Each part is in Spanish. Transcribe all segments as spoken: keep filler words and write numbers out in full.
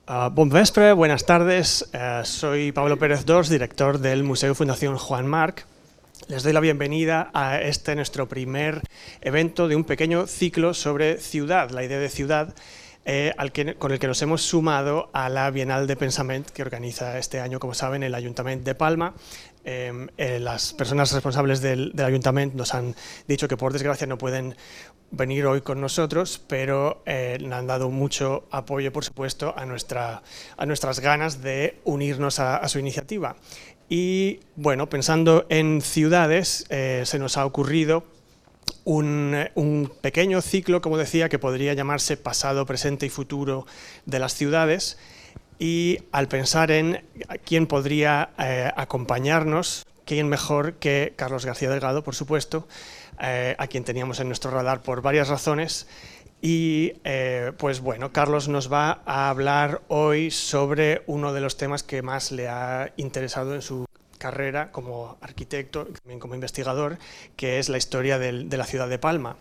Uh, bon vespre, buenas tardes. Uh, soy Pablo Pérez Dors, director del Museo Fundación Juan March. Les doy la bienvenida a este nuestro primer evento de un pequeño ciclo sobre ciudad, la idea de ciudad, eh, al que, con el que nos hemos sumado a la Bienal de Pensament que organiza este año, como saben, el Ayuntamiento de Palma. Eh, eh, las personas responsables del, del Ayuntamiento nos han dicho que por desgracia no pueden venir hoy con nosotros, pero eh, han dado mucho apoyo, por supuesto, a, nuestra, a nuestras ganas de unirnos a, a su iniciativa. Y bueno, pensando en ciudades, eh, se nos ha ocurrido un, un pequeño ciclo, como decía, que podría llamarse pasado, presente y futuro de las ciudades. Y al pensar en quién podría eh, acompañarnos, quién mejor que Carlos García Delgado, por supuesto, eh, a quien teníamos en nuestro radar por varias razones. Y eh, pues bueno, Carlos nos va a hablar hoy sobre uno de los temas que más le ha interesado en su carrera como arquitecto y también como investigador, que es la historia del, de la ciudad de Palma.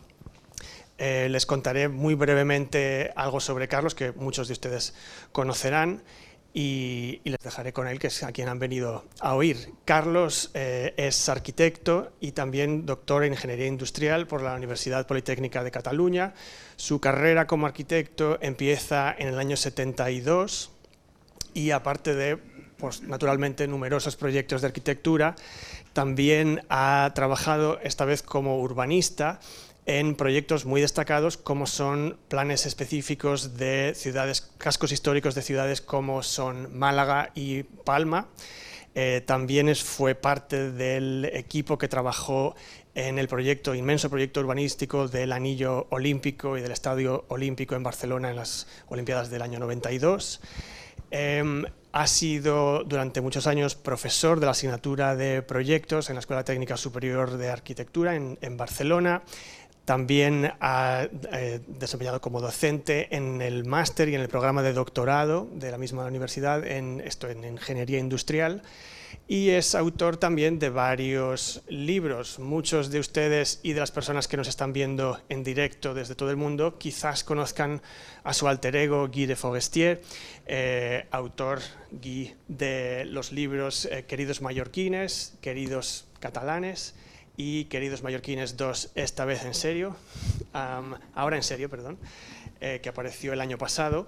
Eh, les contaré muy brevemente algo sobre Carlos, que muchos de ustedes conocerán, y, y les dejaré con él, que es a quien han venido a oír. Carlos eh, es arquitecto y también doctor en Ingeniería Industrial por la Universidad Politécnica de Cataluña. Su carrera como arquitecto empieza en el año setenta y dos y aparte de, pues, naturalmente, numerosos proyectos de arquitectura, también ha trabajado esta vez como urbanista en proyectos muy destacados como son planes específicos de ciudades, cascos históricos de ciudades como son Málaga y Palma. Eh, también es, fue parte del equipo que trabajó en el proyecto, inmenso proyecto urbanístico del Anillo Olímpico y del Estadio Olímpico en Barcelona en las Olimpiadas del año noventa y dos. Eh, ha sido durante muchos años profesor de la asignatura de proyectos en la Escuela Técnica Superior de Arquitectura en, en Barcelona. También ha eh, desempeñado como docente en el máster y en el programa de doctorado de la misma universidad en, esto, en Ingeniería Industrial, y es autor también de varios libros. Muchos de ustedes y de las personas que nos están viendo en directo desde todo el mundo quizás conozcan a su alter ego Guy de Forestier, eh, autor Guy de los libros eh, Queridos mallorquines, Queridos catalanes y Queridos mallorquines dos, esta vez en serio, um, ahora en serio, perdón, eh, que apareció el año pasado.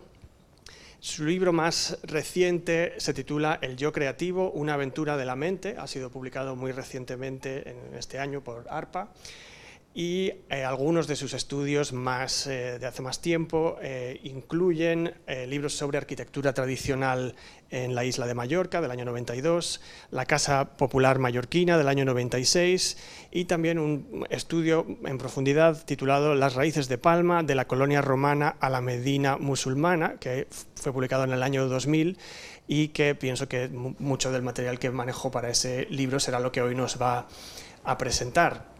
Su libro más reciente se titula El yo creativo, una aventura de la mente, ha sido publicado muy recientemente en este año por ARPA, y eh, algunos de sus estudios más, eh, de hace más tiempo eh, incluyen eh, libros sobre arquitectura tradicional en la isla de Mallorca del año noventa y dos, la Casa Popular Mallorquina del año noventa y seis y también un estudio en profundidad titulado Las raíces de Palma, de la colonia romana a la Medina musulmana, que fue publicado en el año dos mil y que pienso que mucho del material que manejó para ese libro será lo que hoy nos va a presentar.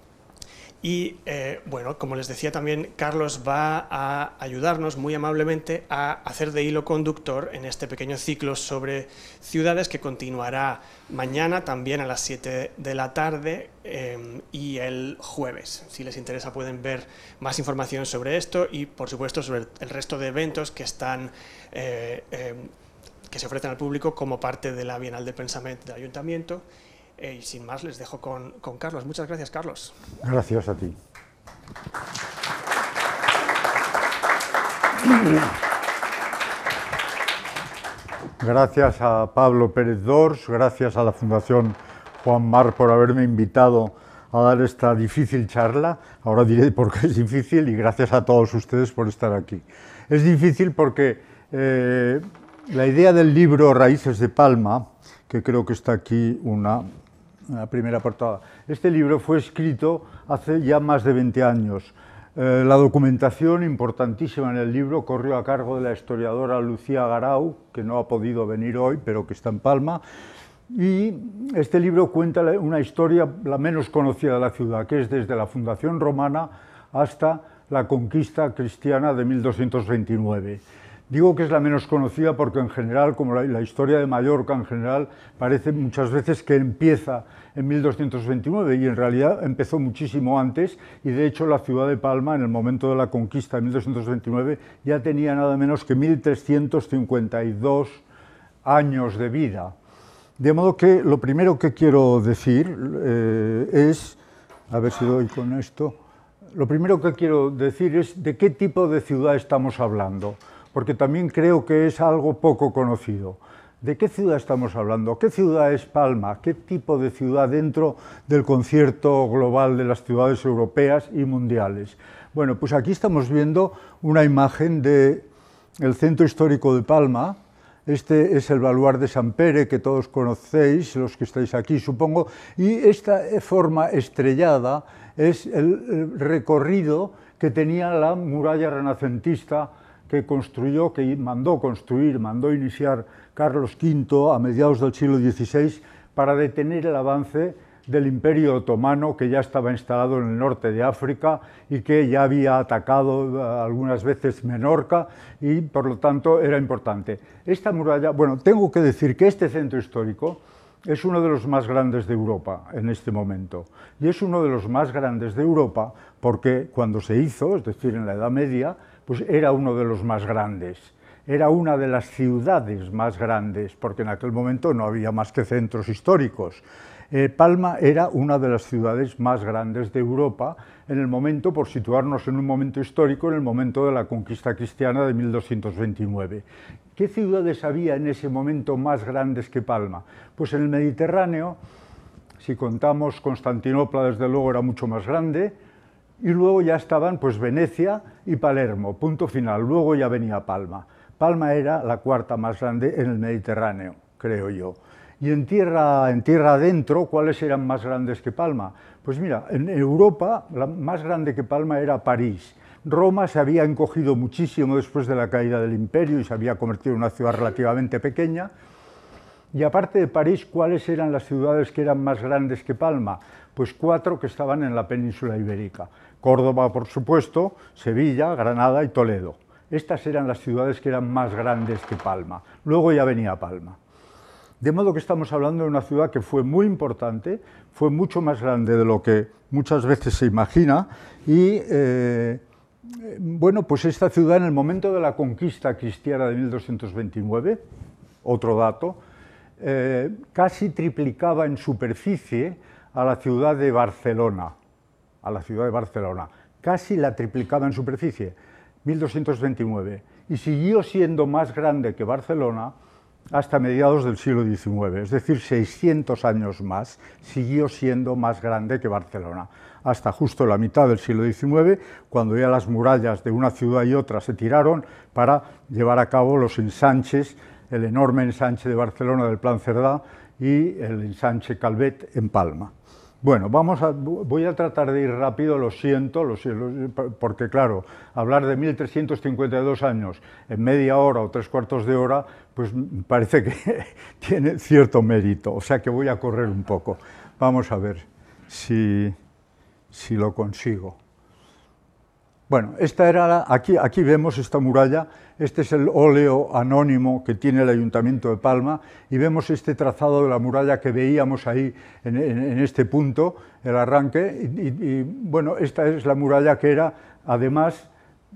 Y eh, bueno, como les decía también, Carlos va a ayudarnos muy amablemente a hacer de hilo conductor en este pequeño ciclo sobre ciudades que continuará mañana también a las siete de la tarde eh, y el jueves. Si les interesa pueden ver más información sobre esto y por supuesto sobre el resto de eventos que están eh, eh, que se ofrecen al público como parte de la Bienal de Pensament del Ayuntamiento. Eh, y sin más, les dejo con, con Carlos. Muchas gracias, Carlos. Gracias a ti. Gracias a Pablo Pérez Dors, gracias a la Fundación Juan March por haberme invitado a dar esta difícil charla. Ahora diré por qué es difícil y gracias a todos ustedes por estar aquí. Es difícil porque eh, la idea del libro Raíces de Palma, que creo que está aquí una... la primera portada. Este libro fue escrito hace ya más de veinte años. Eh, la documentación importantísima en el libro corrió a cargo de la historiadora Lucía Garau, que no ha podido venir hoy, pero que está en Palma. Y este libro cuenta una historia la menos conocida de la ciudad, que es desde la fundación romana hasta la conquista cristiana de mil doscientos veintinueve. Digo que es la menos conocida porque en general, como la, la historia de Mallorca en general, parece muchas veces que empieza en mil doscientos veintinueve y en realidad empezó muchísimo antes, y de hecho la ciudad de Palma en el momento de la conquista de mil doscientos veintinueve ya tenía nada menos que mil trescientos cincuenta y dos años de vida. De modo que lo primero que quiero decir eh, es, a ver si doy con esto, lo primero que quiero decir es de qué tipo de ciudad estamos hablando, porque también creo que es algo poco conocido. ¿De qué ciudad estamos hablando? ¿Qué ciudad es Palma? ¿Qué tipo de ciudad dentro del concierto global de las ciudades europeas y mundiales? Bueno, pues aquí estamos viendo una imagen del centro histórico de Palma. Este es el Baluard de Sant Pere, que todos conocéis, los que estáis aquí, supongo, y esta forma estrellada es el recorrido que tenía la muralla renacentista que construyó, que mandó construir, mandó iniciar Carlos quinto a mediados del siglo dieciséis para detener el avance del Imperio Otomano, que ya estaba instalado en el norte de África y que ya había atacado algunas veces Menorca y por lo tanto era importante. Esta muralla, bueno, tengo que decir que este centro histórico es uno de los más grandes de Europa en este momento, y es uno de los más grandes de Europa porque cuando se hizo, es decir, en la Edad Media, pues era uno de los más grandes, era una de las ciudades más grandes, porque en aquel momento no había más que centros históricos. Eh, Palma era una de las ciudades más grandes de Europa en el momento, por situarnos en un momento histórico, en el momento de la conquista cristiana de mil doscientos veintinueve. ¿Qué ciudades había en ese momento más grandes que Palma? Pues en el Mediterráneo, si contamos Constantinopla, desde luego era mucho más grande, y luego ya estaban pues Venecia y Palermo, punto final, luego ya venía Palma. Palma era la cuarta más grande en el Mediterráneo, creo yo. Y en tierra, en tierra adentro, ¿cuáles eran más grandes que Palma? Pues mira, en Europa, la más grande que Palma era París. Roma se había encogido muchísimo después de la caída del imperio y se había convertido en una ciudad relativamente pequeña. Y aparte de París, ¿cuáles eran las ciudades que eran más grandes que Palma? Pues cuatro que estaban en la península ibérica. Córdoba, por supuesto, Sevilla, Granada y Toledo. Estas eran las ciudades que eran más grandes que Palma. Luego ya venía Palma. De modo que estamos hablando de una ciudad que fue muy importante, fue mucho más grande de lo que muchas veces se imagina y, eh, bueno, pues esta ciudad en el momento de la conquista cristiana de mil doscientos veintinueve, otro dato, eh, casi triplicaba en superficie a la ciudad de Barcelona, a la ciudad de Barcelona, casi la triplicaba en superficie, mil doscientos veintinueve, y siguió siendo más grande que Barcelona hasta mediados del siglo diecinueve, es decir, seiscientos años más, siguió siendo más grande que Barcelona, hasta justo la mitad del siglo diecinueve, cuando ya las murallas de una ciudad y otra se tiraron para llevar a cabo los ensanches, el enorme ensanche de Barcelona del Plan Cerdá y el ensanche Calvet en Palma. Bueno, vamos a, voy a tratar de ir rápido, lo siento, lo siento, porque claro, hablar de mil trescientos cincuenta y dos años en media hora o tres cuartos de hora, pues parece que tiene cierto mérito, o sea que voy a correr un poco. Vamos a ver si, si lo consigo. Bueno, esta era la, aquí, aquí vemos esta muralla, este es el óleo anónimo que tiene el Ayuntamiento de Palma y vemos este trazado de la muralla que veíamos ahí en, en, en este punto, el arranque, y, y, y bueno, esta es la muralla que era además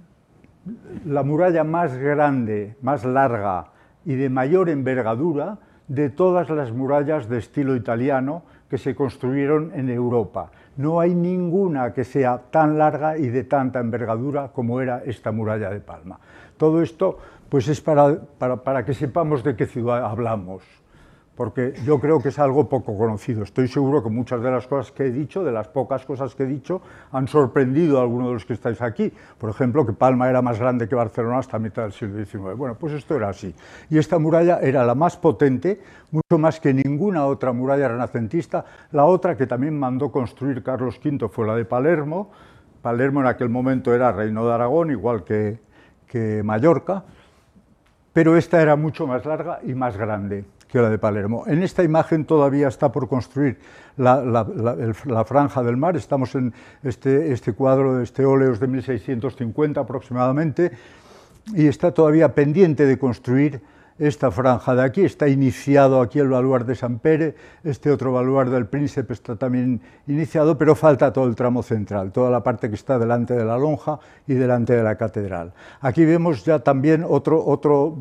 la muralla más grande, más larga y de mayor envergadura de todas las murallas de estilo italiano que se construyeron en Europa. No hay ninguna que sea tan larga y de tanta envergadura como era esta muralla de Palma. Todo esto pues es para, para, para que sepamos de qué ciudad hablamos, porque yo creo que es algo poco conocido. Estoy seguro que muchas de las cosas que he dicho, de las pocas cosas que he dicho, han sorprendido a algunos de los que estáis aquí. Por ejemplo, que Palma era más grande que Barcelona hasta mitad del siglo diecinueve. Bueno, pues esto era así. Y esta muralla era la más potente, mucho más que ninguna otra muralla renacentista. La otra que también mandó construir Carlos quinto fue la de Palermo. Palermo en aquel momento era reino de Aragón, igual que, que Mallorca, pero esta era mucho más larga y más grande que la de Palermo. En esta imagen todavía está por construir la, la, la, el, la franja del mar, estamos en este, este cuadro, este óleo es de mil seiscientos cincuenta aproximadamente, y está todavía pendiente de construir esta franja de aquí. Está iniciado aquí el baluarte de Sant Pere, este otro baluarte del Príncipe está también iniciado, pero falta todo el tramo central, toda la parte que está delante de la lonja y delante de la catedral. Aquí vemos ya también otro, otro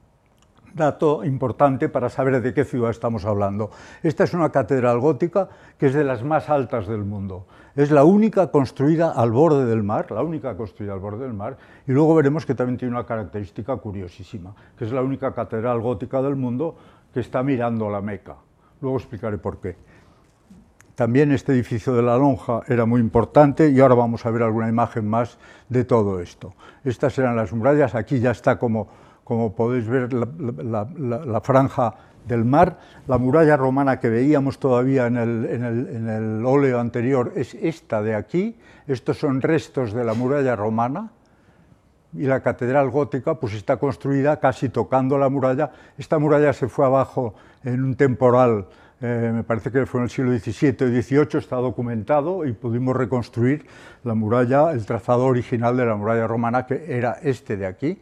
dato importante para saber de qué ciudad estamos hablando. Esta es una catedral gótica que es de las más altas del mundo. Es la única construida al borde del mar, la única construida al borde del mar, y luego veremos que también tiene una característica curiosísima, que es la única catedral gótica del mundo que está mirando a la Meca. Luego explicaré por qué. También este edificio de la lonja era muy importante y ahora vamos a ver alguna imagen más de todo esto. Estas eran las murallas, aquí ya está como, como podéis ver la, la, la, la franja del mar. La muralla romana que veíamos todavía en el, en, el, en el óleo anterior es esta de aquí. Estos son restos de la muralla romana y la catedral gótica pues está construida casi tocando la muralla. Esta muralla se fue abajo en un temporal, eh, me parece que fue en el siglo diecisiete o dieciocho, está documentado y pudimos reconstruir la muralla, el trazado original de la muralla romana, que era este de aquí,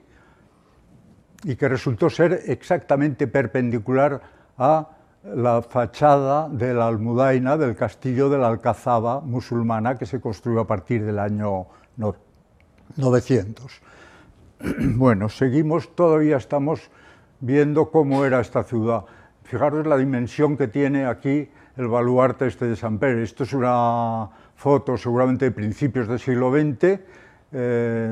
y que resultó ser exactamente perpendicular a la fachada de la Almudaina del castillo de la Alcazaba musulmana, que se construyó a partir del año novecientos. Bueno, seguimos, todavía estamos viendo cómo era esta ciudad. Fijaros la dimensión que tiene aquí el baluarte este de Sant Pere. Esto es una foto seguramente de principios del siglo veinte, Eh,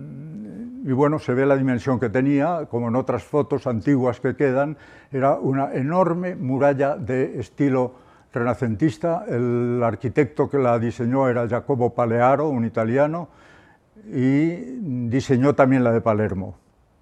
y bueno, se ve la dimensión que tenía, como en otras fotos antiguas que quedan. Era una enorme muralla de estilo renacentista. El arquitecto que la diseñó era Jacopo Palearo, un italiano, y diseñó también la de Palermo.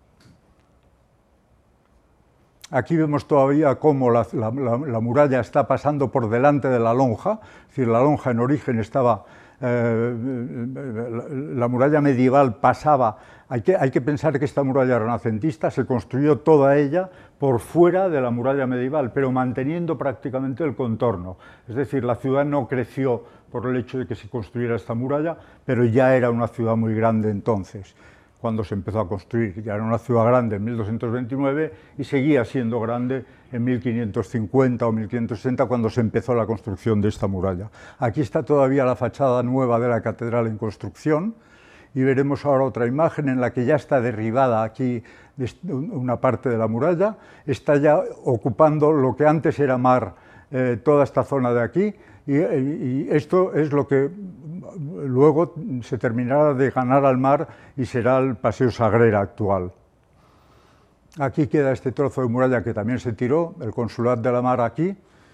Aquí vemos todavía cómo la, la, la, la muralla está pasando por delante de la lonja, es decir, la lonja en origen estaba... Eh, la muralla medieval pasaba, hay que, hay que pensar que esta muralla renacentista se construyó toda ella por fuera de la muralla medieval, pero manteniendo prácticamente el contorno. Es decir, la ciudad no creció por el hecho de que se construyera esta muralla, pero ya era una ciudad muy grande entonces, cuando se empezó a construir. Ya era una ciudad grande en mil doscientos veintinueve y seguía siendo grande en mil quinientos cincuenta o mil quinientos sesenta, cuando se empezó la construcción de esta muralla. Aquí está todavía la fachada nueva de la catedral en construcción, y veremos ahora otra imagen en la que ya está derribada aquí una parte de la muralla, está ya ocupando lo que antes era mar, eh, toda esta zona de aquí, y, y esto es lo que luego se terminará de ganar al mar y será el Paseo Sagrera actual. Aquí queda este trozo de muralla que también se tiró, el Consulado de la Mar aquí,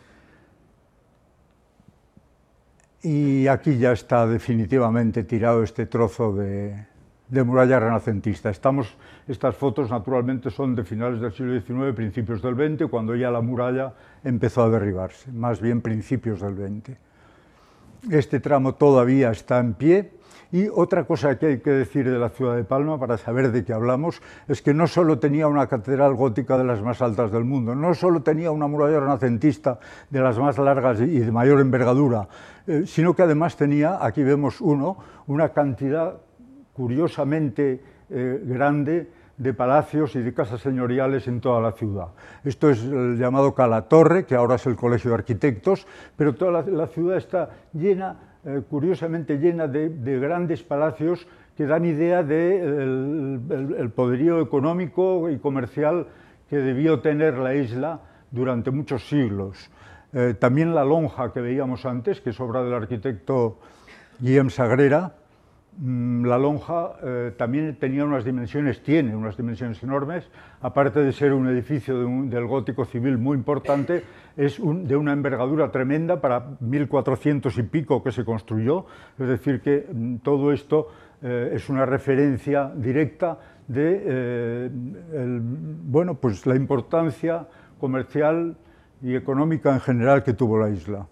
y aquí ya está definitivamente tirado este trozo de, de muralla renacentista. Estamos, estas fotos naturalmente son de finales del siglo diecinueve, principios del veinte, cuando ya la muralla empezó a derribarse, más bien principios del veinte. Este tramo todavía está en pie. Y otra cosa que hay que decir de la ciudad de Palma, para saber de qué hablamos, es que no solo tenía una catedral gótica de las más altas del mundo, no solo tenía una muralla renacentista de las más largas y de mayor envergadura, eh, sino que además tenía, aquí vemos uno, una cantidad curiosamente eh, grande de palacios y de casas señoriales en toda la ciudad. Esto es el llamado Calatorre, que ahora es el Colegio de Arquitectos, pero toda la, la ciudad está llena, eh, curiosamente llena de, de grandes palacios que dan idea del de el, el poderío económico y comercial que debió tener la isla durante muchos siglos. Eh, también la lonja que veíamos antes, que es obra del arquitecto Guillem Sagrera. La lonja eh, también tenía unas dimensiones, tiene unas dimensiones enormes, aparte de ser un edificio de un, del gótico civil muy importante, es un, de una envergadura tremenda para mil cuatrocientos y pico que se construyó, es decir que mm, todo esto eh, es una referencia directa de eh, el, bueno, pues la importancia comercial y económica en general que tuvo la isla.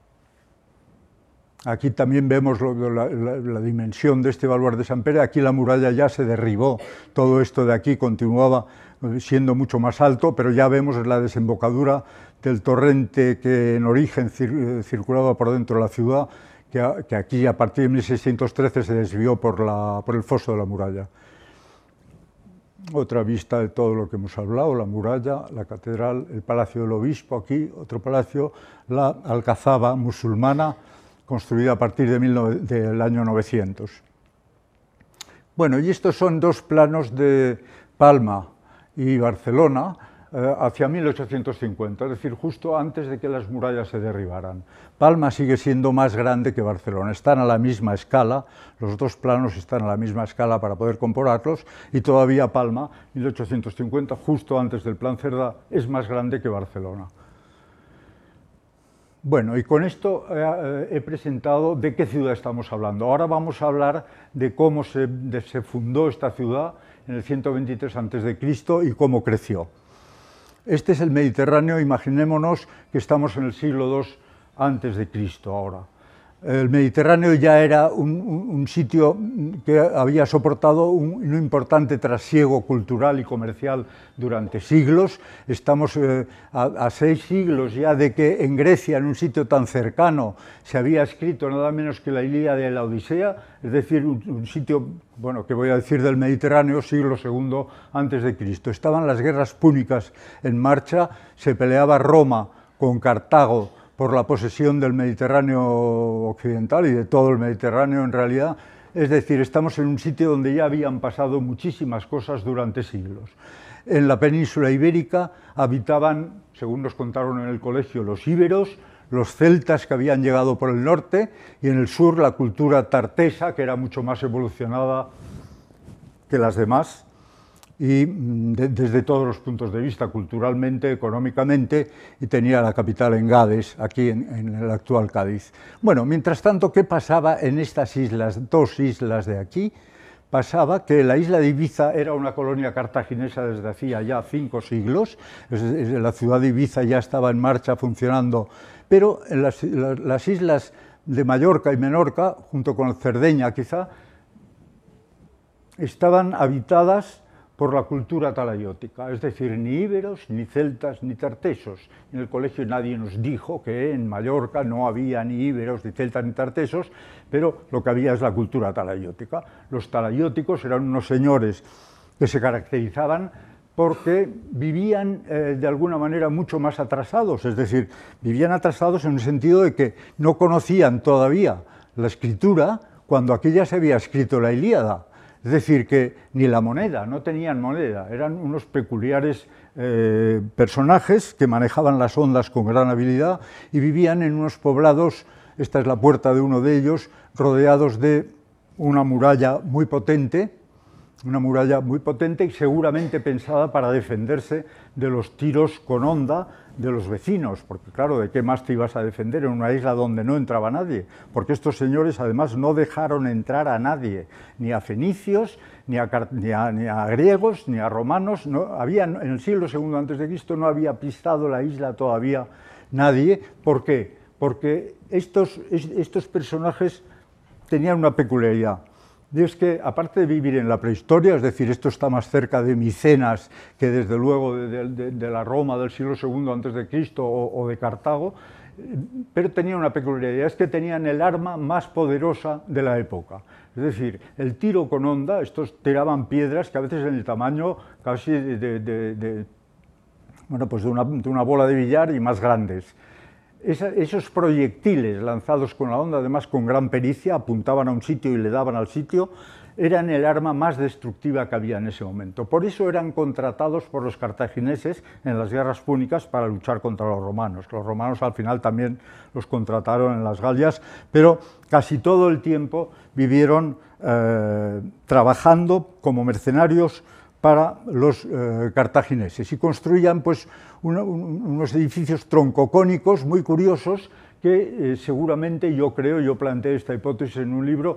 Aquí también vemos lo, la, la, la dimensión de este baluarte de Sant Pere. Aquí la muralla ya se derribó, todo esto de aquí continuaba siendo mucho más alto, pero ya vemos la desembocadura del torrente que en origen cir, circulaba por dentro de la ciudad, que, que aquí a partir de mil seiscientos trece se desvió por, la, por el foso de la muralla. otra vista de todo lo que hemos hablado, la muralla, la catedral, el Palacio del Obispo, aquí otro palacio, la alcazaba musulmana, construida a partir de mil nove del año novecientos. Bueno, y estos son dos planos de Palma y Barcelona eh, hacia mil ochocientos cincuenta, es decir, justo antes de que las murallas se derribaran. Palma sigue siendo más grande que Barcelona, están a la misma escala, los dos planos están a la misma escala para poder compararlos, y todavía Palma, mil ochocientos cincuenta, justo antes del Plan Cerdá, es más grande que Barcelona. Bueno, y con esto eh, he presentado de qué ciudad estamos hablando. Ahora vamos a hablar de cómo se, de, se fundó esta ciudad en el ciento veintitrés antes de Cristo y cómo creció. Este es el Mediterráneo, imaginémonos que estamos en el siglo dos antes de Cristo ahora. El Mediterráneo ya era un, un, un sitio que había soportado un, un importante trasiego cultural y comercial durante siglos. Estamos eh, a, a seis siglos ya de que en Grecia, en un sitio tan cercano, se había escrito nada menos que la Ilíada y la Odisea, es decir, un, un sitio, bueno, que voy a decir del Mediterráneo, siglo segundo antes de Cristo. Estaban las guerras púnicas en marcha, se peleaba Roma con Cartago por la posesión del Mediterráneo occidental y de todo el Mediterráneo en realidad, es decir, estamos en un sitio donde ya habían pasado muchísimas cosas durante siglos. En la península ibérica habitaban, según nos contaron en el colegio, los íberos, los celtas que habían llegado por el norte, y en el sur la cultura tartesa, que era mucho más evolucionada que las demás, y de, desde todos los puntos de vista, culturalmente, económicamente, y tenía la capital en Gades, aquí en, en el actual Cádiz. Bueno, mientras tanto, ¿qué pasaba en estas islas, dos islas de aquí? Pasaba que la isla de Ibiza era una colonia cartaginesa desde hacía ya cinco siglos, la ciudad de Ibiza ya estaba en marcha, funcionando, pero en las, las islas de Mallorca y Menorca, junto con Cerdeña quizá, estaban habitadas por la cultura talayótica, es decir, ni íberos, ni celtas, ni tartesos. En el colegio nadie nos dijo que en Mallorca no había ni íberos, ni celtas, ni tartesos, pero lo que había es la cultura talayótica. Los talayóticos eran unos señores que se caracterizaban porque vivían eh, de alguna manera mucho más atrasados, es decir, vivían atrasados en el sentido de que no conocían todavía la escritura cuando aquí ya se había escrito la Ilíada. Es decir, que ni la moneda, no tenían moneda, eran unos peculiares eh, personajes que manejaban las ondas con gran habilidad y vivían en unos poblados, esta es la puerta de uno de ellos, rodeados de una muralla muy potente, una muralla muy potente y seguramente pensada para defenderse de los tiros con onda de los vecinos, porque claro, ¿de qué más te ibas a defender en una isla donde no entraba nadie? Porque estos señores además no dejaron entrar a nadie, ni a fenicios, ni a, ni a, ni a griegos, ni a romanos, no, habían, en el siglo segundo antes de Cristo no había pisado la isla todavía nadie. ¿Por qué? Porque estos, estos personajes tenían una peculiaridad. Y es que, aparte de vivir en la prehistoria, es decir, esto está más cerca de Micenas que desde luego de, de, de la Roma del siglo segundo antes de Cristo o, o de Cartago, pero tenía una peculiaridad, es que tenían el arma más poderosa de la época. Es decir, el tiro con onda, estos tiraban piedras que a veces en el tamaño casi de, de, de, de, bueno, pues de, una, de una bola de billar y más grandes. Esa, esos proyectiles lanzados con la onda, además con gran pericia, apuntaban a un sitio y le daban al sitio, eran el arma más destructiva que había en ese momento. Por eso eran contratados por los cartagineses en las guerras púnicas para luchar contra los romanos. Los romanos al final también los contrataron en las Galias, pero casi todo el tiempo vivieron eh, trabajando como mercenarios para los eh, cartagineses y construían pues, una, un, unos edificios troncocónicos muy curiosos que eh, seguramente yo creo, yo planteé esta hipótesis en un libro,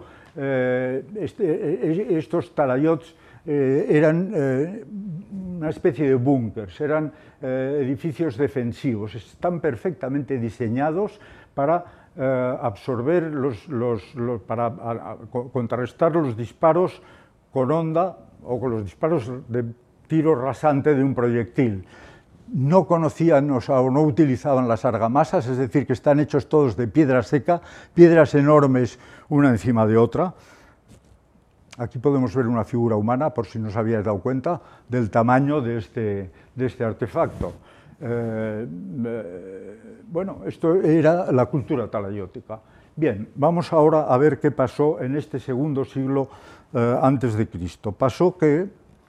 eh, este, eh, estos talayots eh, eran eh, una especie de búnkers, eran eh, edificios defensivos, están perfectamente diseñados para eh, absorber, los, los, los, para a, a, contrarrestar los disparos con onda o con los disparos de tiro rasante de un proyectil. No conocían o, sea, o no utilizaban las argamasas, es decir, que están hechos todos de piedra seca, piedras enormes una encima de otra. Aquí podemos ver una figura humana, por si no os habíais dado cuenta, del tamaño de este, de este artefacto. Eh, eh, bueno, esto era la cultura talayótica. Bien, vamos ahora a ver qué pasó en este segundo siglo eh, antes de Cristo. Pasó que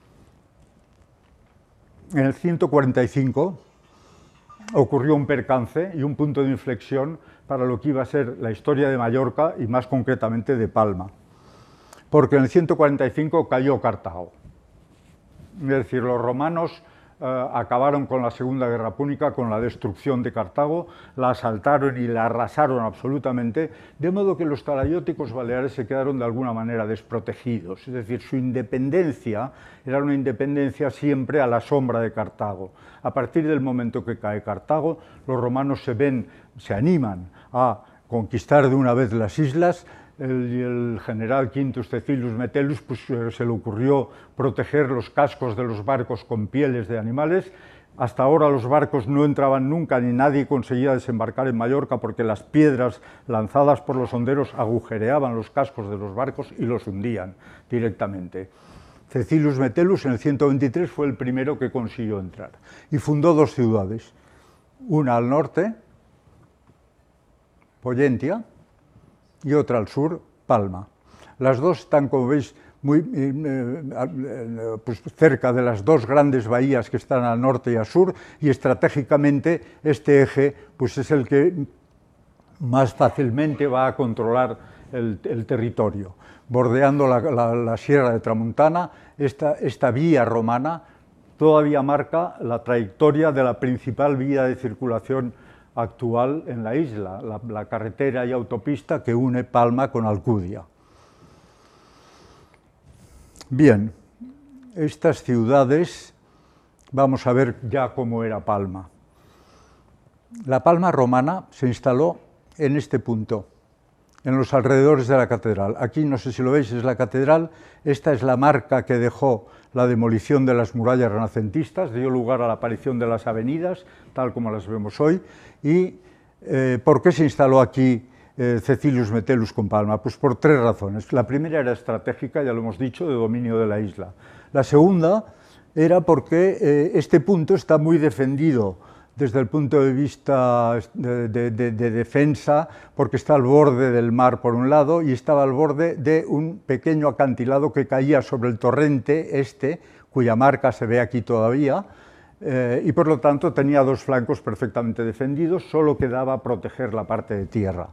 en el ciento cuarenta y cinco ocurrió un percance y un punto de inflexión para lo que iba a ser la historia de Mallorca y más concretamente de Palma. Porque en el ciento cuarenta y cinco cayó Cartago. Es decir, los romanos eh, acabaron con la Segunda Guerra Púnica, con la destrucción de Cartago, la asaltaron y la arrasaron absolutamente, de modo que los talayóticos baleares se quedaron de alguna manera desprotegidos. Es decir, su independencia era una independencia siempre a la sombra de Cartago. A partir del momento que cae Cartago, los romanos se ven, se animan a conquistar de una vez las islas. El, el general Quintus Cecilius Metellus pues, eh, se le ocurrió proteger los cascos de los barcos con pieles de animales. Hasta ahora los barcos no entraban nunca ni nadie conseguía desembarcar en Mallorca porque las piedras lanzadas por los honderos agujereaban los cascos de los barcos y los hundían directamente. Cecilius Metellus en el ciento veintitrés fue el primero que consiguió entrar y fundó dos ciudades, una al norte, Pollentia, y otra al sur, Palma. Las dos están, como veis, muy eh, eh, pues cerca de las dos grandes bahías que están al norte y al sur, y estratégicamente este eje pues es el que más fácilmente va a controlar el, el territorio. Bordeando la, la, la Sierra de Tramuntana, esta, esta vía romana todavía marca la trayectoria de la principal vía de circulación actual en la isla, la, la carretera y autopista que une Palma con Alcudia. Bien, estas ciudades, vamos a ver ya cómo era Palma. La Palma romana se instaló en este punto, en los alrededores de la catedral. Aquí, no sé si lo veis, es la catedral. Esta es la marca que dejó la demolición de las murallas renacentistas, dio lugar a la aparición de las avenidas, tal como las vemos hoy. ¿Y eh, por qué se instaló aquí eh, Cecilius Metellus con Palma? Pues por tres razones. La primera era estratégica, ya lo hemos dicho, de dominio de la isla. La segunda era porque eh, este punto está muy defendido desde el punto de vista de, de, de, de defensa, porque está al borde del mar por un lado y estaba al borde de un pequeño acantilado que caía sobre el torrente este, cuya marca se ve aquí todavía, eh, y por lo tanto tenía dos flancos perfectamente defendidos, solo quedaba proteger la parte de tierra.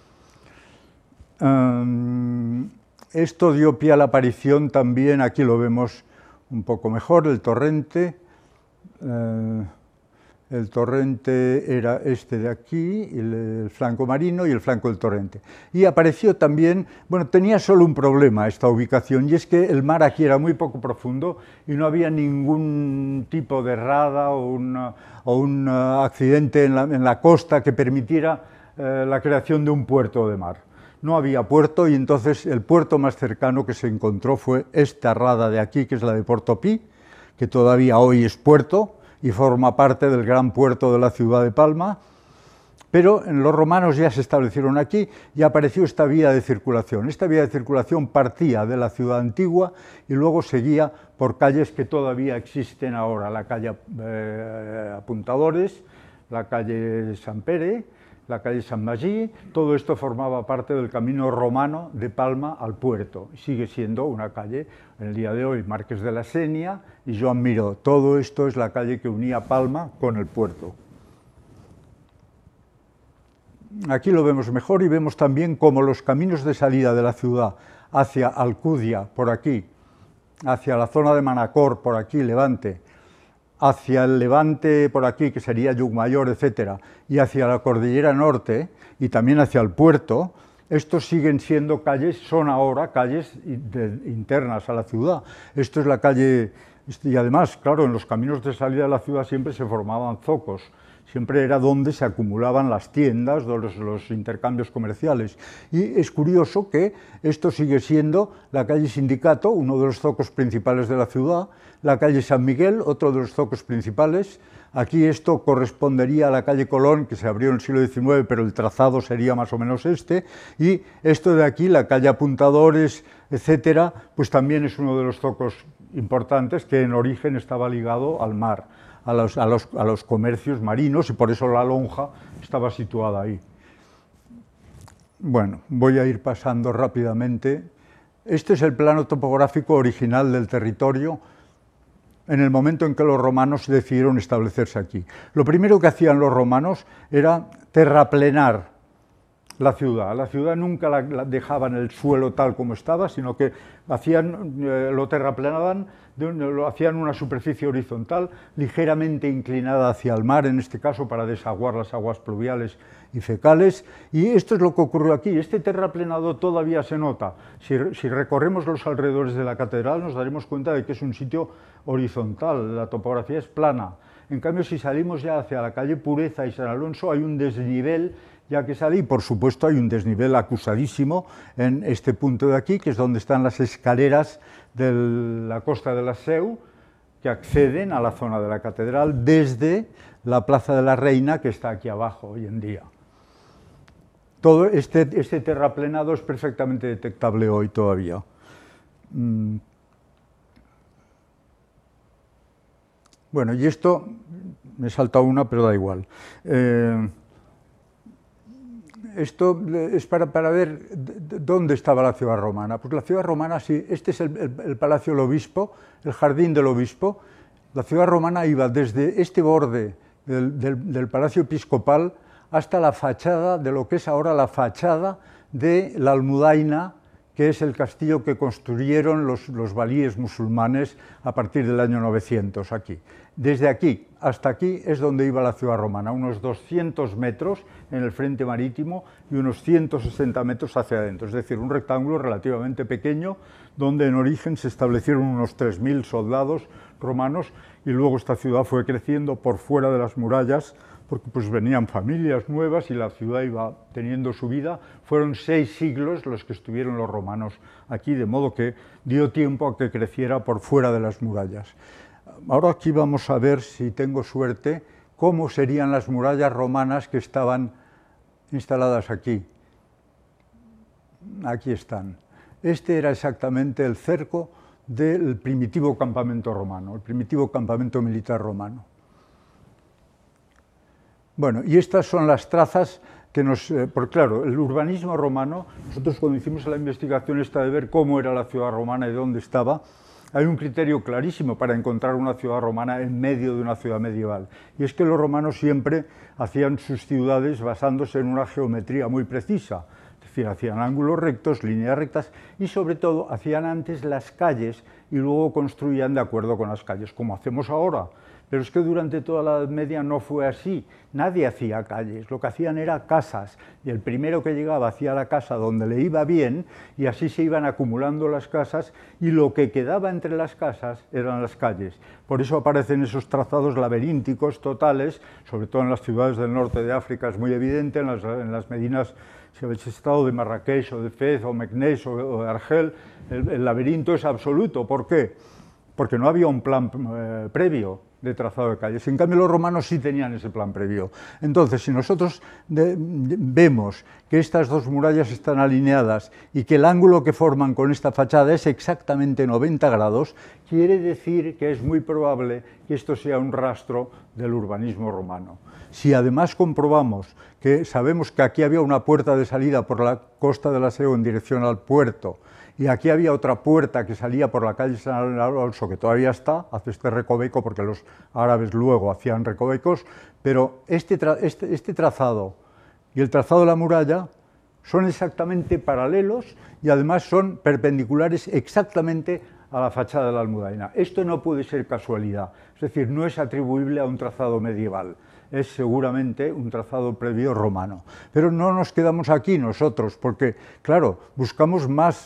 Um, esto dio pie a la aparición también, aquí lo vemos un poco mejor, el torrente. Eh, El torrente era este de aquí, el, el flanco marino y el flanco del torrente. Y apareció también, bueno, tenía solo un problema esta ubicación, y es que el mar aquí era muy poco profundo y no había ningún tipo de rada o, una, o un uh, accidente en la, en la costa que permitiera uh, la creación de un puerto de mar. No había puerto y entonces el puerto más cercano que se encontró fue esta rada de aquí, que es la de Portopí, que todavía hoy es puerto, y forma parte del gran puerto de la ciudad de Palma, pero los romanos ya se establecieron aquí y apareció esta vía de circulación. Esta vía de circulación partía de la ciudad antigua y luego seguía por calles que todavía existen ahora, la calle eh, Apuntadores, la calle San Pere, la calle San Magí. Todo esto formaba parte del camino romano de Palma al puerto. Sigue siendo una calle, en el día de hoy, Marqués de la Sénia y Joan Miró. Todo esto es la calle que unía Palma con el puerto. Aquí lo vemos mejor y vemos también cómo los caminos de salida de la ciudad hacia Alcudia, por aquí, hacia la zona de Manacor, por aquí, Levante, hacia el Levante por aquí, que sería Llucmayor, etcétera, y hacia la cordillera norte, y también hacia el puerto, estos siguen siendo calles, son ahora calles de, internas a la ciudad. Esto es la calle Y además, claro, en los caminos de salida de la ciudad siempre se formaban zocos, siempre era donde se acumulaban las tiendas, los, los intercambios comerciales. Y es curioso que esto sigue siendo la calle Sindicato, uno de los zocos principales de la ciudad, la calle San Miguel, otro de los zocos principales. Aquí esto correspondería a la calle Colón, que se abrió en el siglo diecinueve, pero el trazado sería más o menos este, y esto de aquí, la calle Apuntadores, etcétera, pues también es uno de los zocos importantes que en origen estaba ligado al mar, a los, a los, a los comercios marinos, y por eso la lonja estaba situada ahí. Bueno, voy a ir pasando rápidamente. Este es el plano topográfico original del territorio en el momento en que los romanos decidieron establecerse aquí. Lo primero que hacían los romanos era terraplenar la ciudad. La ciudad nunca la, la dejaban el suelo tal como estaba, sino que hacían, eh, lo terraplenaban, de, lo hacían una superficie horizontal ligeramente inclinada hacia el mar, en este caso para desaguar las aguas pluviales y fecales, y esto es lo que ocurrió aquí. Este terraplenado todavía se nota. Si, si recorremos los alrededores de la catedral nos daremos cuenta de que es un sitio horizontal, la topografía es plana. En cambio, si salimos ya hacia la calle Pureza y San Alonso, hay un desnivel ya que sale, y por supuesto hay un desnivel acusadísimo en este punto de aquí, que es donde están las escaleras de la costa de la Seu, que acceden a la zona de la catedral desde la Plaza de la Reina, que está aquí abajo hoy en día. Todo este, este terraplenado es perfectamente detectable hoy todavía. Mm. Bueno, y esto, me he saltado una, pero da igual. Eh, Esto es para, para ver dónde estaba la ciudad romana. Pues la ciudad romana, sí, este es el, el, el Palacio del Obispo, el Jardín del Obispo. La ciudad romana iba desde este borde del, del, del Palacio Episcopal hasta la fachada de lo que es ahora la fachada de la Almudaina, que es el castillo que construyeron los, los valíes musulmanes a partir del año novecientos aquí. Desde aquí hasta aquí es donde iba la ciudad romana, unos doscientos metros en el frente marítimo y unos ciento sesenta metros hacia adentro, es decir, un rectángulo relativamente pequeño donde en origen se establecieron unos tres mil soldados romanos y luego esta ciudad fue creciendo por fuera de las murallas porque pues venían familias nuevas y la ciudad iba teniendo su vida. Fueron seis siglos los que estuvieron los romanos aquí, de modo que dio tiempo a que creciera por fuera de las murallas. Ahora aquí vamos a ver, si tengo suerte, cómo serían las murallas romanas que estaban instaladas aquí. Aquí están. Este era exactamente el cerco del primitivo campamento romano, el primitivo campamento militar romano. Bueno, y estas son las trazas que nos... Eh, porque claro, el urbanismo romano, nosotros cuando hicimos la investigación esta de ver cómo era la ciudad romana y dónde estaba, hay un criterio clarísimo para encontrar una ciudad romana en medio de una ciudad medieval. Y es que los romanos siempre hacían sus ciudades basándose en una geometría muy precisa. Es decir, hacían ángulos rectos, líneas rectas y sobre todo hacían antes las calles y luego construían de acuerdo con las calles, como hacemos ahora. Pero es que durante toda la Edad Media no fue así. Nadie hacía calles, lo que hacían era casas. Y el primero que llegaba hacía la casa donde le iba bien y así se iban acumulando las casas y lo que quedaba entre las casas eran las calles. Por eso aparecen esos trazados laberínticos totales, sobre todo en las ciudades del norte de África es muy evidente, en las, en las medinas, si habéis estado de Marrakech o de Fez o Meknès o, o de Argel, el, el laberinto es absoluto. ¿Por qué? Porque no había un plan eh, previo de trazado de calles. En cambio, los romanos sí tenían ese plan previo. Entonces, si nosotros de, de, vemos que estas dos murallas están alineadas y que el ángulo que forman con esta fachada es exactamente noventa grados, quiere decir que es muy probable que esto sea un rastro del urbanismo romano. Si además comprobamos que sabemos que aquí había una puerta de salida por la costa de la Seu en dirección al puerto, y aquí había otra puerta que salía por la calle San Alonso, que todavía está, hace este recoveco, porque los árabes luego hacían recovecos, pero este, tra este, este trazado y el trazado de la muralla son exactamente paralelos y además son perpendiculares exactamente a la fachada de la Almudaina. Esto no puede ser casualidad, es decir, no es atribuible a un trazado medieval. Es seguramente un trazado previo romano. Pero no nos quedamos aquí nosotros, porque, claro, buscamos más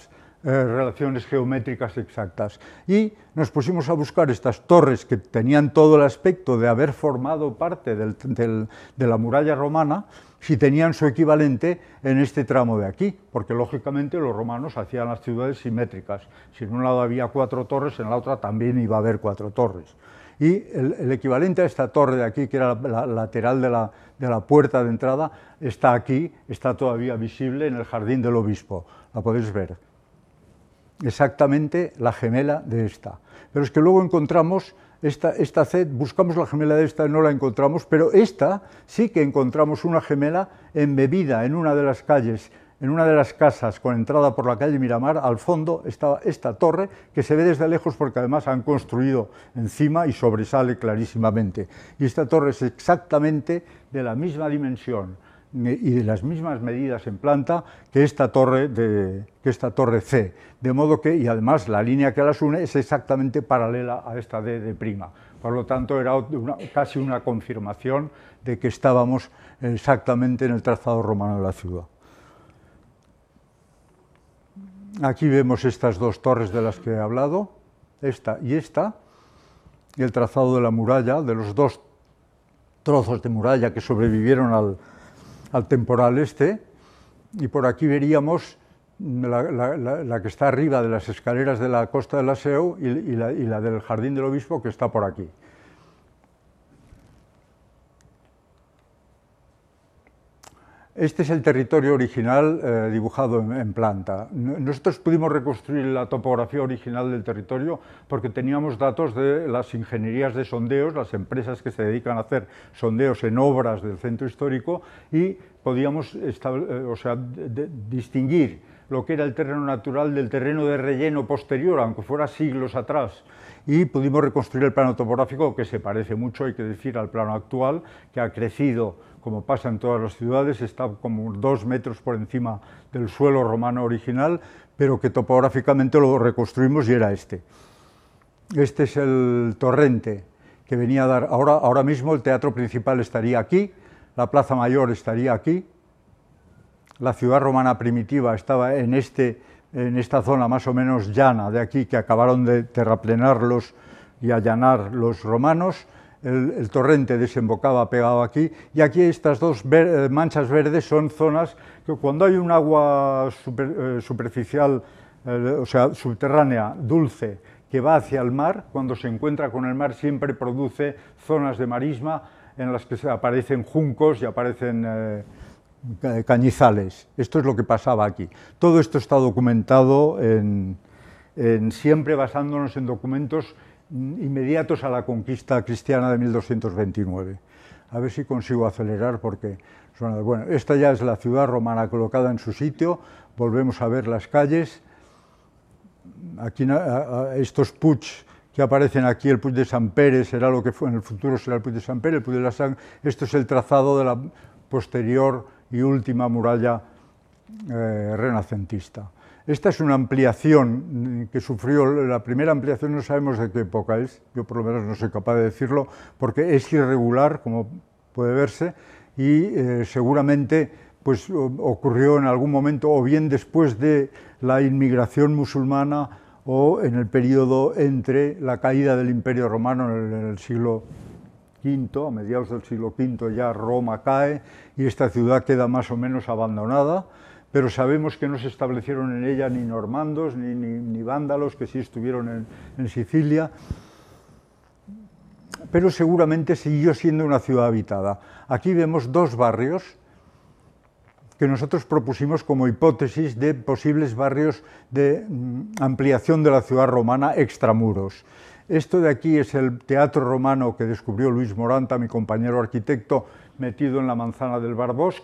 eh, relaciones geométricas exactas. Y nos pusimos a buscar estas torres que tenían todo el aspecto de haber formado parte del, del, de la muralla romana, si tenían su equivalente en este tramo de aquí, porque lógicamente los romanos hacían las ciudades simétricas. Si en un lado había cuatro torres, en la otra también iba a haber cuatro torres. Y el, el equivalente a esta torre de aquí, que era la, la lateral de la, de la puerta de entrada, está aquí, está todavía visible en el jardín del obispo. La podéis ver. Exactamente la gemela de esta. Pero es que luego encontramos esta, esta C, buscamos la gemela de esta y no la encontramos, pero esta sí que encontramos una gemela embebida en una de las calles, en una de las casas con entrada por la calle Miramar. Al fondo está esta torre que se ve desde lejos porque además han construido encima y sobresale clarísimamente. Y esta torre es exactamente de la misma dimensión y de las mismas medidas en planta que esta torre, de, que esta torre C, de modo que, y además la línea que las une es exactamente paralela a esta D de prima. Por lo tanto, era una, casi una confirmación de que estábamos exactamente en el trazado romano de la ciudad. Aquí vemos estas dos torres de las que he hablado, esta y esta, y el trazado de la muralla, de los dos trozos de muralla que sobrevivieron al, al temporal este, y por aquí veríamos la, la, la, la que está arriba de las escaleras de la Costa del Aseo y, y, la, y la del Jardín del Obispo, que está por aquí. Este es el territorio original eh, dibujado en, en planta. Nosotros pudimos reconstruir la topografía original del territorio porque teníamos datos de las ingenierías de sondeos, las empresas que se dedican a hacer sondeos en obras del centro histórico, y podíamos o sea, de, de, distinguir lo que era el terreno natural del terreno de relleno posterior, aunque fuera siglos atrás. Y pudimos reconstruir el plano topográfico, que se parece mucho, hay que decir, al plano actual, que ha crecido, como pasa en todas las ciudades, está como dos metros por encima del suelo romano original, pero que topográficamente lo reconstruimos y era este. Este es el torrente que venía a dar, ahora, ahora mismo el teatro principal estaría aquí, la plaza mayor estaría aquí, la ciudad romana primitiva estaba en, este, en esta zona más o menos llana de aquí, que acabaron de terraplenarlos y allanar los romanos. El, el torrente desembocaba pegado aquí, y aquí estas dos ver, manchas verdes son zonas que cuando hay un agua super, eh, superficial, eh, o sea, subterránea, dulce, que va hacia el mar, cuando se encuentra con el mar siempre produce zonas de marisma en las que aparecen juncos y aparecen eh, cañizales. Esto es lo que pasaba aquí. Todo esto está documentado en, en, siempre basándonos en documentos inmediatos a la conquista cristiana de mil doscientos veintinueve. A ver si consigo acelerar porque suena... Bueno, esta ya es la ciudad romana colocada en su sitio. Volvemos a ver las calles. Aquí a, a estos puigs que aparecen aquí, el Puig de Sant Pere será lo que fue, en el futuro será el Puig de Sant Pere, el Puig de la Sang. Esto es el trazado de la posterior y última muralla eh, renacentista. Esta es una ampliación que sufrió, la primera ampliación no sabemos de qué época es, yo por lo menos no soy capaz de decirlo, porque es irregular, como puede verse, y eh, seguramente pues, ocurrió en algún momento, o bien después de la inmigración musulmana, o en el periodo entre la caída del Imperio Romano en el, en el siglo quinto, a mediados del siglo quinto ya Roma cae, y esta ciudad queda más o menos abandonada, pero sabemos que no se establecieron en ella ni normandos ni, ni, ni vándalos, que sí estuvieron en, en Sicilia, pero seguramente siguió siendo una ciudad habitada. Aquí vemos dos barrios que nosotros propusimos como hipótesis de posibles barrios de mm, ampliación de la ciudad romana extramuros. Esto de aquí es el teatro romano que descubrió Luis Moranta, mi compañero arquitecto, metido en la manzana del Barbosc.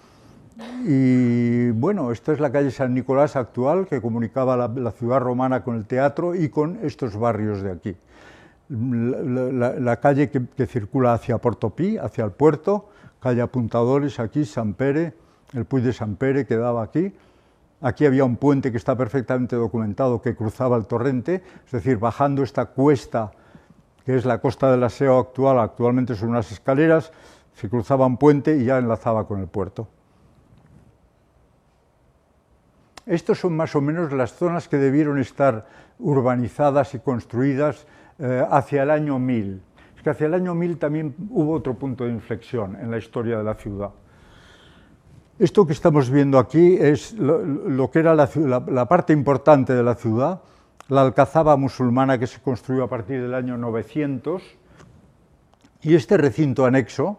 Y bueno, esta es la calle San Nicolás actual, que comunicaba la, la ciudad romana con el teatro y con estos barrios de aquí. La, la, la calle que, que circula hacia Portopí, hacia el puerto, calle Apuntadores, aquí Sant Pere, el Puig de Sant Pere quedaba aquí. Aquí había un puente que está perfectamente documentado que cruzaba el torrente, es decir, bajando esta cuesta, que es la Costa del Aseo actual, actualmente son unas escaleras, se cruzaba un puente y ya enlazaba con el puerto. Estos son más o menos las zonas que debieron estar urbanizadas y construidas eh, hacia el año mil. Es que hacia el año mil también hubo otro punto de inflexión en la historia de la ciudad. Esto que estamos viendo aquí es lo, lo que era la, la, la parte importante de la ciudad, la alcazaba musulmana que se construyó a partir del año novecientos, y este recinto anexo,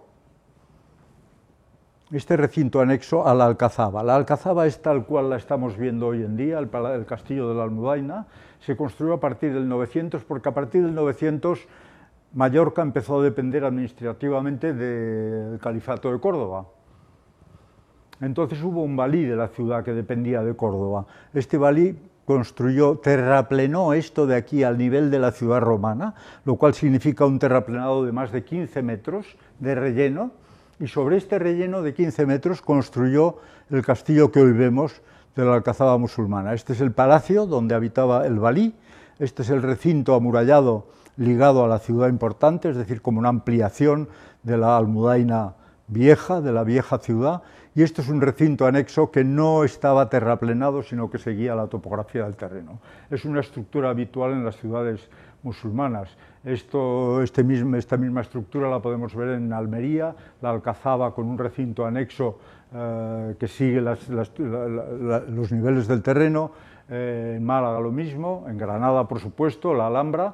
este recinto anexo a la alcazaba. La alcazaba es tal cual la estamos viendo hoy en día, el, el castillo de la Almudaina, se construyó a partir del novecientos, porque a partir del novecientos Mallorca empezó a depender administrativamente del Califato de Córdoba. Entonces hubo un valí de la ciudad que dependía de Córdoba. Este valí construyó, terraplenó esto de aquí al nivel de la ciudad romana, lo cual significa un terraplenado de más de quince metros de relleno, y sobre este relleno de quince metros construyó el castillo que hoy vemos de la alcazaba musulmana. Este es el palacio donde habitaba el valí, este es el recinto amurallado ligado a la ciudad importante, es decir, como una ampliación de la Almudaina vieja, de la vieja ciudad, y esto es un recinto anexo que no estaba terraplenado, sino que seguía la topografía del terreno. Es una estructura habitual en las ciudades musulmanas. Esto, este mismo, esta misma estructura la podemos ver en Almería, la alcazaba con un recinto anexo eh, que sigue las, las, la, la, los niveles del terreno, eh, en Málaga lo mismo, en Granada, por supuesto, la Alhambra.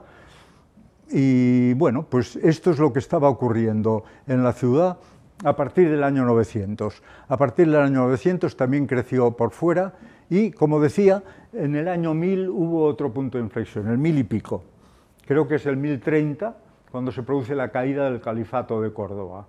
Y bueno, pues esto es lo que estaba ocurriendo en la ciudad a partir del año novecientos. A partir del año novecientos también creció por fuera y, como decía, en el año mil hubo otro punto de inflexión, el mil y pico. Creo que es el mil treinta, cuando se produce la caída del Califato de Córdoba.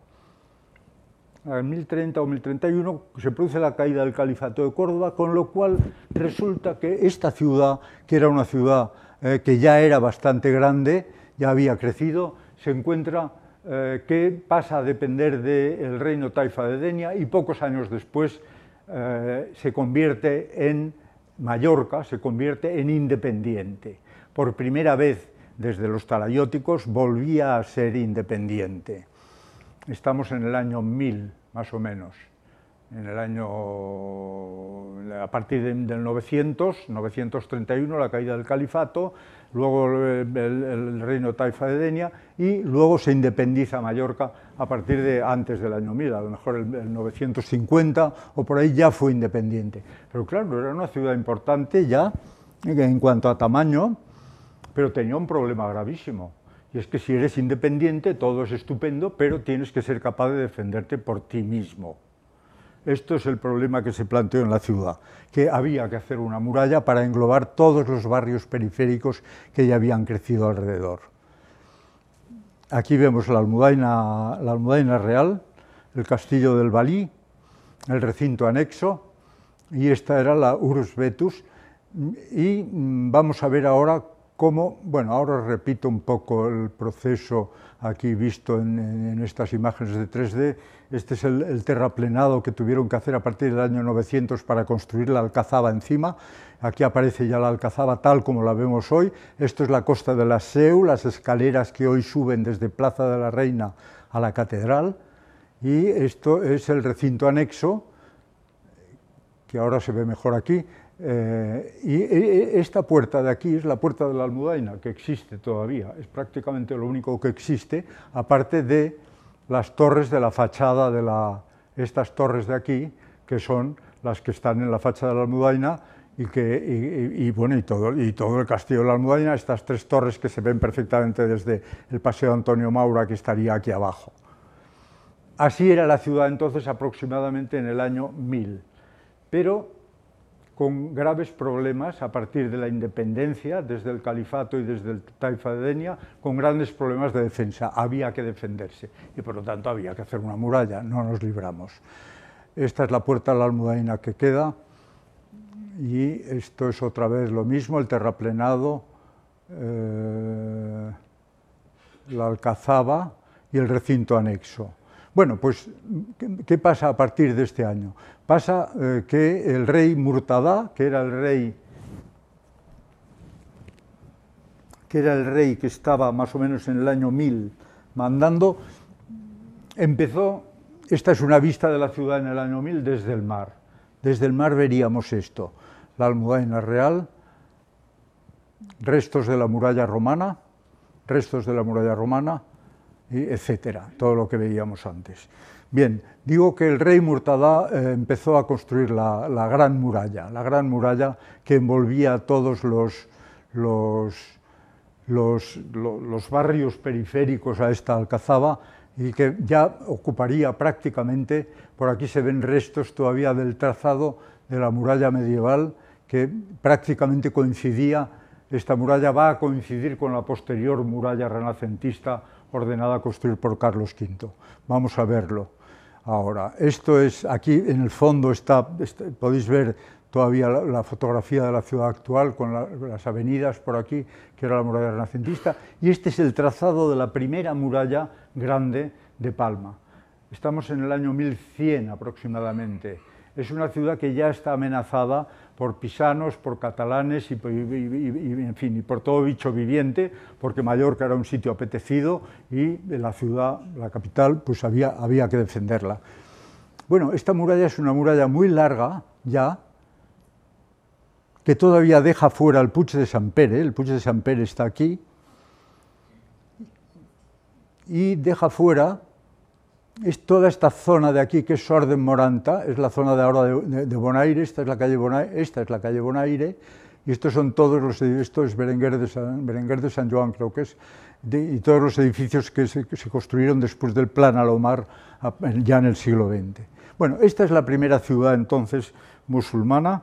En mil treinta o mil treinta y uno se produce la caída del Califato de Córdoba, con lo cual resulta que esta ciudad, que era una ciudad eh, que ya era bastante grande, ya había crecido, se encuentra eh, que pasa a depender del reino taifa de Denia y pocos años después eh, se convierte en Mallorca, se convierte en independiente. Por primera vez desde los talayóticos volvía a ser independiente. Estamos en el año mil, más o menos, en el año, a partir de, del novecientos, novecientos treinta y uno, la caída del califato, luego el, el, el reino taifa de Denia, y luego se independiza Mallorca a partir de antes del año mil, a lo mejor el, el novecientos cincuenta o por ahí ya fue independiente. Pero claro, era una ciudad importante ya en cuanto a tamaño, pero tenía un problema gravísimo, y es que si eres independiente todo es estupendo, pero tienes que ser capaz de defenderte por ti mismo. Esto es el problema que se planteó en la ciudad, que había que hacer una muralla para englobar todos los barrios periféricos que ya habían crecido alrededor. Aquí vemos la Almudaina, la Almudaina Real, el castillo del Valí, el recinto anexo, y esta era la Urus Vetus, y vamos a ver ahora cómo, bueno, ahora repito un poco el proceso aquí visto en, en estas imágenes de tres D. Este es el, el terraplenado que tuvieron que hacer a partir del año novecientos para construir la alcazaba encima. Aquí aparece ya la alcazaba tal como la vemos hoy. Esto es la costa de la Seu, las escaleras que hoy suben desde Plaza de la Reina a la catedral, y esto es el recinto anexo, que ahora se ve mejor aquí. Eh, y esta puerta de aquí es la puerta de la Almudaina, que existe todavía, es prácticamente lo único que existe, aparte de las torres de la fachada de la, estas torres de aquí, que son las que están en la fachada de la Almudaina, y, que, y, y, bueno, y, todo, y todo el castillo de la Almudaina, estas tres torres que se ven perfectamente desde el Paseo Antonio Maura, que estaría aquí abajo. Así era la ciudad entonces aproximadamente en el año mil, pero con graves problemas a partir de la independencia, desde el califato y desde el taifa de Denia, con grandes problemas de defensa. Había que defenderse y por lo tanto había que hacer una muralla, no nos libramos. Esta es la puerta de la Almudaina que queda, y esto es otra vez lo mismo, el terraplenado, eh, la alcazaba y el recinto anexo. Bueno, pues, ¿qué pasa a partir de este año? Pasa eh, que el rey Murtadá, que era el rey, que era el rey que estaba más o menos en el año mil mandando, empezó, esta es una vista de la ciudad en el año mil desde el mar, desde el mar veríamos esto. la Almudaina Real, restos de la muralla romana, restos de la muralla romana, y etcétera, todo lo que veíamos antes. Bien, digo que el rey Murtadá eh, empezó a construir la, la gran muralla, la gran muralla que envolvía todos los, los, los, los, los barrios periféricos a esta alcazaba y que ya ocuparía prácticamente, por aquí se ven restos todavía del trazado de la muralla medieval, que prácticamente coincidía, esta muralla va a coincidir con la posterior muralla renacentista ordenada a construir por Carlos quinto. Vamos a verlo ahora. Esto es, aquí en el fondo está, está podéis ver todavía la, la fotografía de la ciudad actual con la, las avenidas por aquí, que era la muralla renacentista, y este es el trazado de la primera muralla grande de Palma. Estamos en el año mil cien aproximadamente. Es una ciudad que ya está amenazada por pisanos, por catalanes y, y, y, y, en fin, y por todo bicho viviente, porque Mallorca era un sitio apetecido y la ciudad, la capital, pues había, había que defenderla. Bueno, esta muralla es una muralla muy larga ya, que todavía deja fuera el Puig de Sant Pere, el Puig de Sant Pere está aquí, y deja fuera es toda esta zona de aquí que es Sor de Moranta, es la zona de ahora de, de, de Bonaire, esta es la calle Bonaire, esta es la calle Bonaire, y estos son todos los, esto es Berenguer de San, Berenguer de San Joan, creo que es, de, y todos los edificios que se, que se construyeron después del Plan Alomar, ya en el siglo veinte. Bueno, esta es la primera ciudad entonces musulmana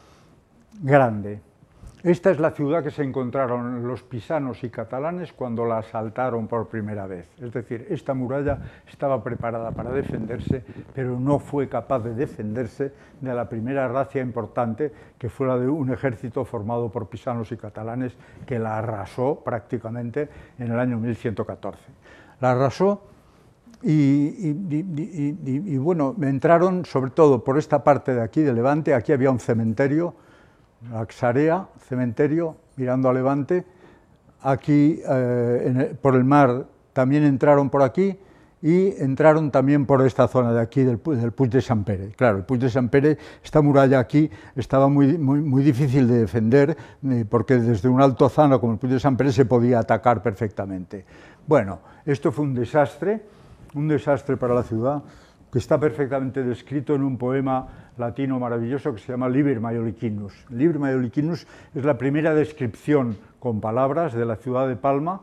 grande. Esta es la ciudad que se encontraron los pisanos y catalanes cuando la asaltaron por primera vez. Es decir, esta muralla estaba preparada para defenderse, pero no fue capaz de defenderse de la primera racia importante, que fue la de un ejército formado por pisanos y catalanes, que la arrasó prácticamente en el año mil ciento catorce. La arrasó y, y, y, y, y bueno, entraron sobre todo por esta parte de aquí, de Levante. Aquí había un cementerio, la Xarea, cementerio, mirando a Levante. Aquí, eh, en el, por el mar, también entraron por aquí y entraron también por esta zona de aquí, del, del Puig de Sant Pere. Claro, el Puig de Sant Pere, esta muralla aquí, estaba muy, muy, muy difícil de defender, eh, porque desde un alto zano como el Puig de Sant Pere se podía atacar perfectamente. Bueno, esto fue un desastre, un desastre para la ciudad, que está perfectamente descrito en un poema latino maravilloso que se llama Liber Maiolicinus. Liber Maiolicinus es la primera descripción con palabras de la ciudad de Palma,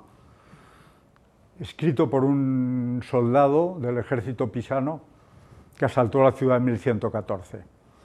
escrito por un soldado del ejército pisano que asaltó la ciudad en mil ciento catorce.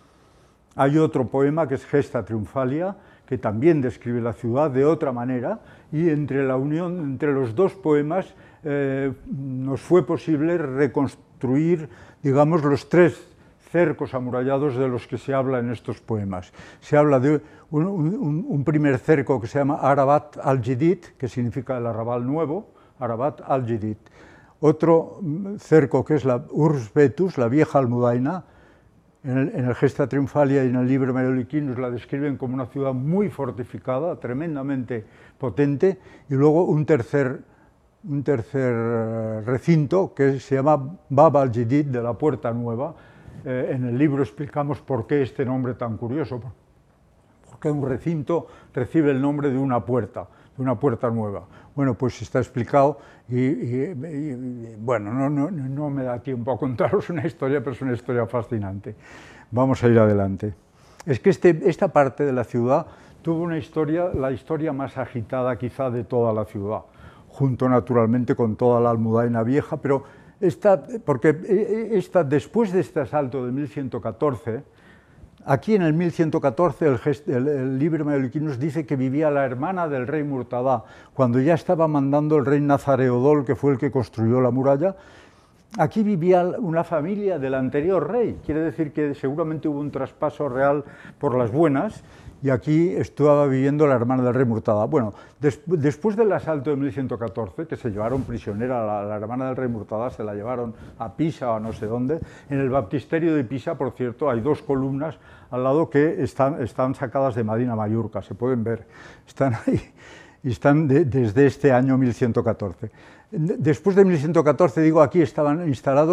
Hay otro poema que es Gesta Triunfalia, que también describe la ciudad de otra manera, y entre la unión entre los dos poemas eh, nos fue posible reconstruir, digamos, los tres cercos amurallados de los que se habla en estos poemas. Se habla de un, un, un primer cerco que se llama Arabat al-Jadid, que significa el arrabal nuevo, Arabat al-Jadid. Otro cerco que es la Urs Vetus, la vieja Almudaina. En el, en el Gesta Triunfalia y en el Liber Maiolicinus la describen como una ciudad muy fortificada, tremendamente potente, y luego un tercer, un tercer recinto que se llama Bab al-Jadid, de la Puerta Nueva. Eh, en el libro explicamos por qué este nombre tan curioso, porque un recinto recibe el nombre de una puerta, de una puerta nueva. Bueno, pues está explicado y, y, y bueno, no, no, no me da tiempo a contaros una historia, pero es una historia fascinante. Vamos a ir adelante. Es que este, esta parte de la ciudad tuvo una historia, la historia más agitada quizá de toda la ciudad, junto naturalmente con toda la Almudaina Vieja, pero esta, porque esta, después de este asalto de mil ciento catorce, aquí en el mil ciento catorce el, el, el Liber Maiolicinus dice que vivía la hermana del rey Murtadá, cuando ya estaba mandando el rey Nazareodol, que fue el que construyó la muralla. Aquí vivía una familia del anterior rey, quiere decir que seguramente hubo un traspaso real por las buenas, y aquí estaba viviendo la hermana del rey Murtadá. Bueno, des, después del asalto de mil ciento catorce, que se llevaron prisionera a la, la hermana del rey Murtadá, se la llevaron a Pisa o a no sé dónde. En el baptisterio de Pisa, por cierto, hay dos columnas al lado que están, están sacadas de Madina Mallorca, se pueden ver, están ahí, y están de, desde este año mil ciento catorce. Después de mil ciento catorce, digo, aquí estaban instalados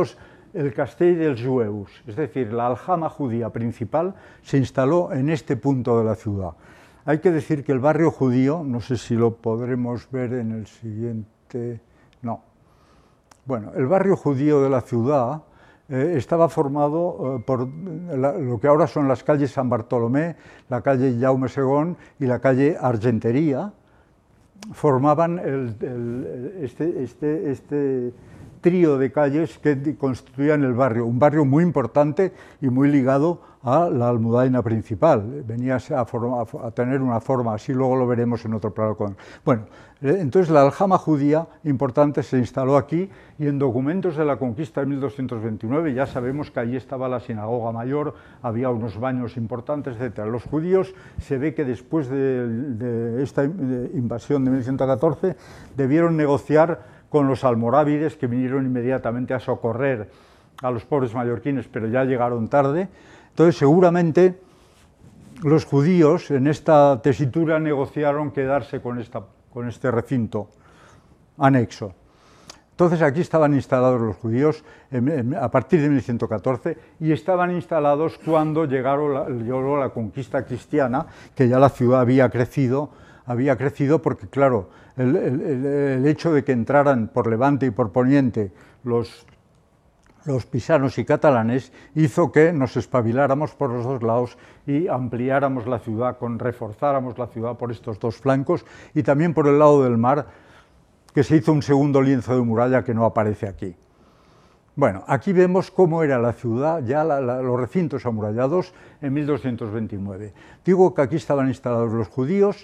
el Castell dels Jueus, es decir, la aljama judía principal se instaló en este punto de la ciudad. Hay que decir que el barrio judío, no sé si lo podremos ver en el siguiente, no. Bueno, el barrio judío de la ciudad eh, estaba formado eh, por la, lo que ahora son las calles San Bartolomé, la calle Jaume según y la calle Argentería, formaban el, el, este, este, este trío de calles que constituían el barrio, un barrio muy importante y muy ligado a la Almudaina principal, venía a, forma, a tener una forma, así luego lo veremos en otro plano. Bueno, entonces la aljama judía importante se instaló aquí y en documentos de la conquista de mil doscientos veintinueve ya sabemos que allí estaba la sinagoga mayor, había unos baños importantes, etcétera. Los judíos se ve que después de, de esta invasión de mil ciento catorce debieron negociar con los almorávides que vinieron inmediatamente a socorrer a los pobres mallorquines, pero ya llegaron tarde. Entonces, seguramente los judíos en esta tesitura negociaron quedarse con, esta, con este recinto anexo. Entonces, aquí estaban instalados los judíos en, en, a partir de mil ciento catorce y estaban instalados cuando llegaron la, llegó la conquista cristiana, que ya la ciudad había crecido, había crecido porque, claro, el, el, el hecho de que entraran por Levante y por Poniente los los pisanos y catalanes hizo que nos espabiláramos por los dos lados y ampliáramos la ciudad, con, reforzáramos la ciudad por estos dos flancos y también por el lado del mar, que se hizo un segundo lienzo de muralla que no aparece aquí. Bueno, aquí vemos cómo era la ciudad, ya la, la, los recintos amurallados en mil doscientos veintinueve. Digo que aquí estaban instalados los judíos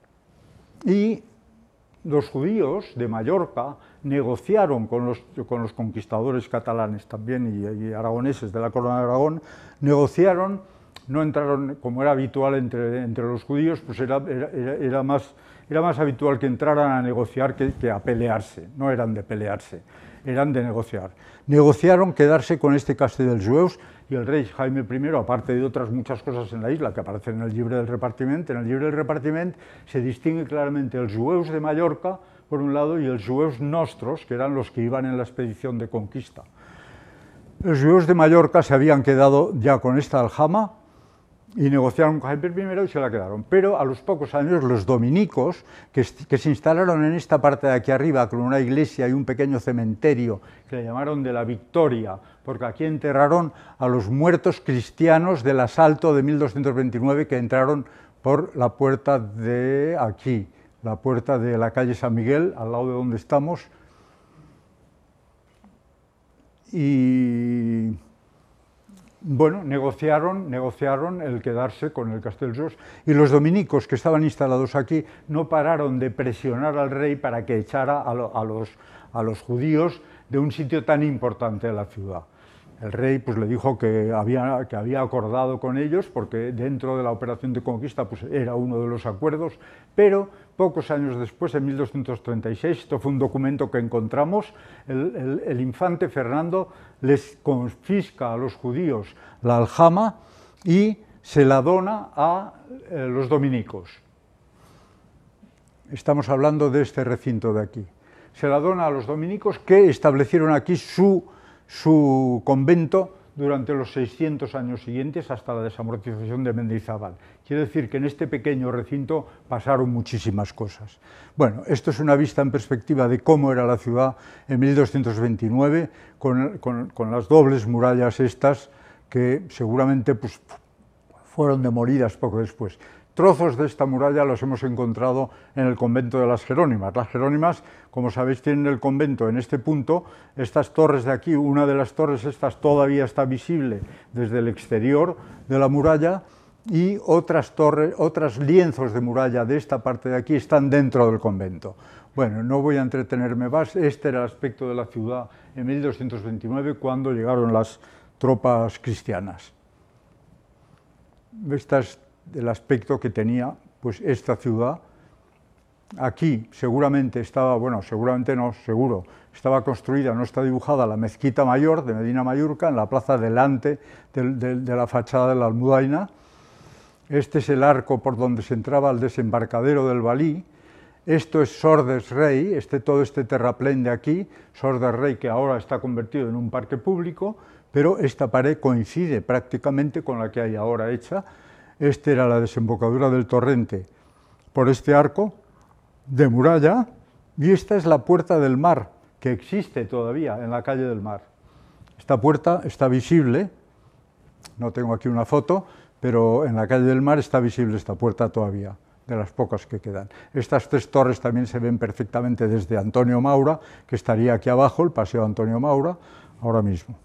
y los judíos de Mallorca negociaron con los, con los conquistadores catalanes también y, y aragoneses de la Corona de Aragón, negociaron, no entraron, como era habitual entre, entre los judíos, pues era, era, era, más, era más habitual que entraran a negociar que, que a pelearse, no eran de pelearse, eran de negociar. Negociaron quedarse con este Castell dels Jueus y el rey Jaime primero, aparte de otras muchas cosas en la isla que aparecen en el llibre del repartiment, en el llibre del repartiment se distingue claramente els jueus de Mallorca, por un lado, y els jueus nostros, que eran los que iban en la expedición de conquista. Los jueus de Mallorca se habían quedado ya con esta aljama y negociaron con Jaime primero y se la quedaron. Pero a los pocos años los dominicos, que, que se instalaron en esta parte de aquí arriba con una iglesia y un pequeño cementerio que le llamaron de la Victoria, porque aquí enterraron a los muertos cristianos del asalto de mil doscientos veintinueve que entraron por la puerta de aquí, la puerta de la calle San Miguel, al lado de donde estamos. Y bueno, negociaron, negociaron el quedarse con el Castell dels Jueus y los dominicos que estaban instalados aquí no pararon de presionar al rey para que echara a, lo, a, los, a los judíos de un sitio tan importante de la ciudad. El rey pues, le dijo que había, que había acordado con ellos, porque dentro de la operación de conquista pues, era uno de los acuerdos, pero pocos años después, en mil doscientos treinta y seis, esto fue un documento que encontramos, el, el, el infante Fernando les confisca a los judíos la aljama y se la dona a eh, los dominicos. Estamos hablando de este recinto de aquí. Se la dona a los dominicos que establecieron aquí su su convento durante los seiscientos años siguientes hasta la desamortización de Mendizábal. Quiere decir que en este pequeño recinto pasaron muchísimas cosas. Bueno, esto es una vista en perspectiva de cómo era la ciudad en mil doscientos veintinueve, con, con, con las dobles murallas estas que seguramente pues, fueron demolidas poco después. Trozos de esta muralla los hemos encontrado en el convento de las Jerónimas. Las Jerónimas, como sabéis, tienen el convento en este punto. Estas torres de aquí, una de las torres estas todavía está visible desde el exterior de la muralla y otras torres, otros lienzos de muralla de esta parte de aquí están dentro del convento. Bueno, no voy a entretenerme más. Este era el aspecto de la ciudad en mil doscientos veintinueve cuando llegaron las tropas cristianas. Estas del aspecto que tenía pues esta ciudad. Aquí seguramente estaba, bueno, seguramente no, seguro, estaba construida, no está dibujada, la mezquita mayor de Medina Mallorca, en la plaza delante de, de, de la fachada de la Almudaina. Este es el arco por donde se entraba al desembarcadero del Valí. Esto es Sor del Rey, este, todo este terraplén de aquí, Sor del Rey, que ahora está convertido en un parque público, pero esta pared coincide prácticamente con la que hay ahora hecha. Esta era la desembocadura del torrente por este arco de muralla, y esta es la Puerta del Mar, que existe todavía en la calle del Mar. Esta puerta está visible, no tengo aquí una foto, pero en la calle del Mar está visible esta puerta todavía, de las pocas que quedan. Estas tres torres también se ven perfectamente desde Antonio Maura, que estaría aquí abajo, el Paseo Antonio Maura, ahora mismo.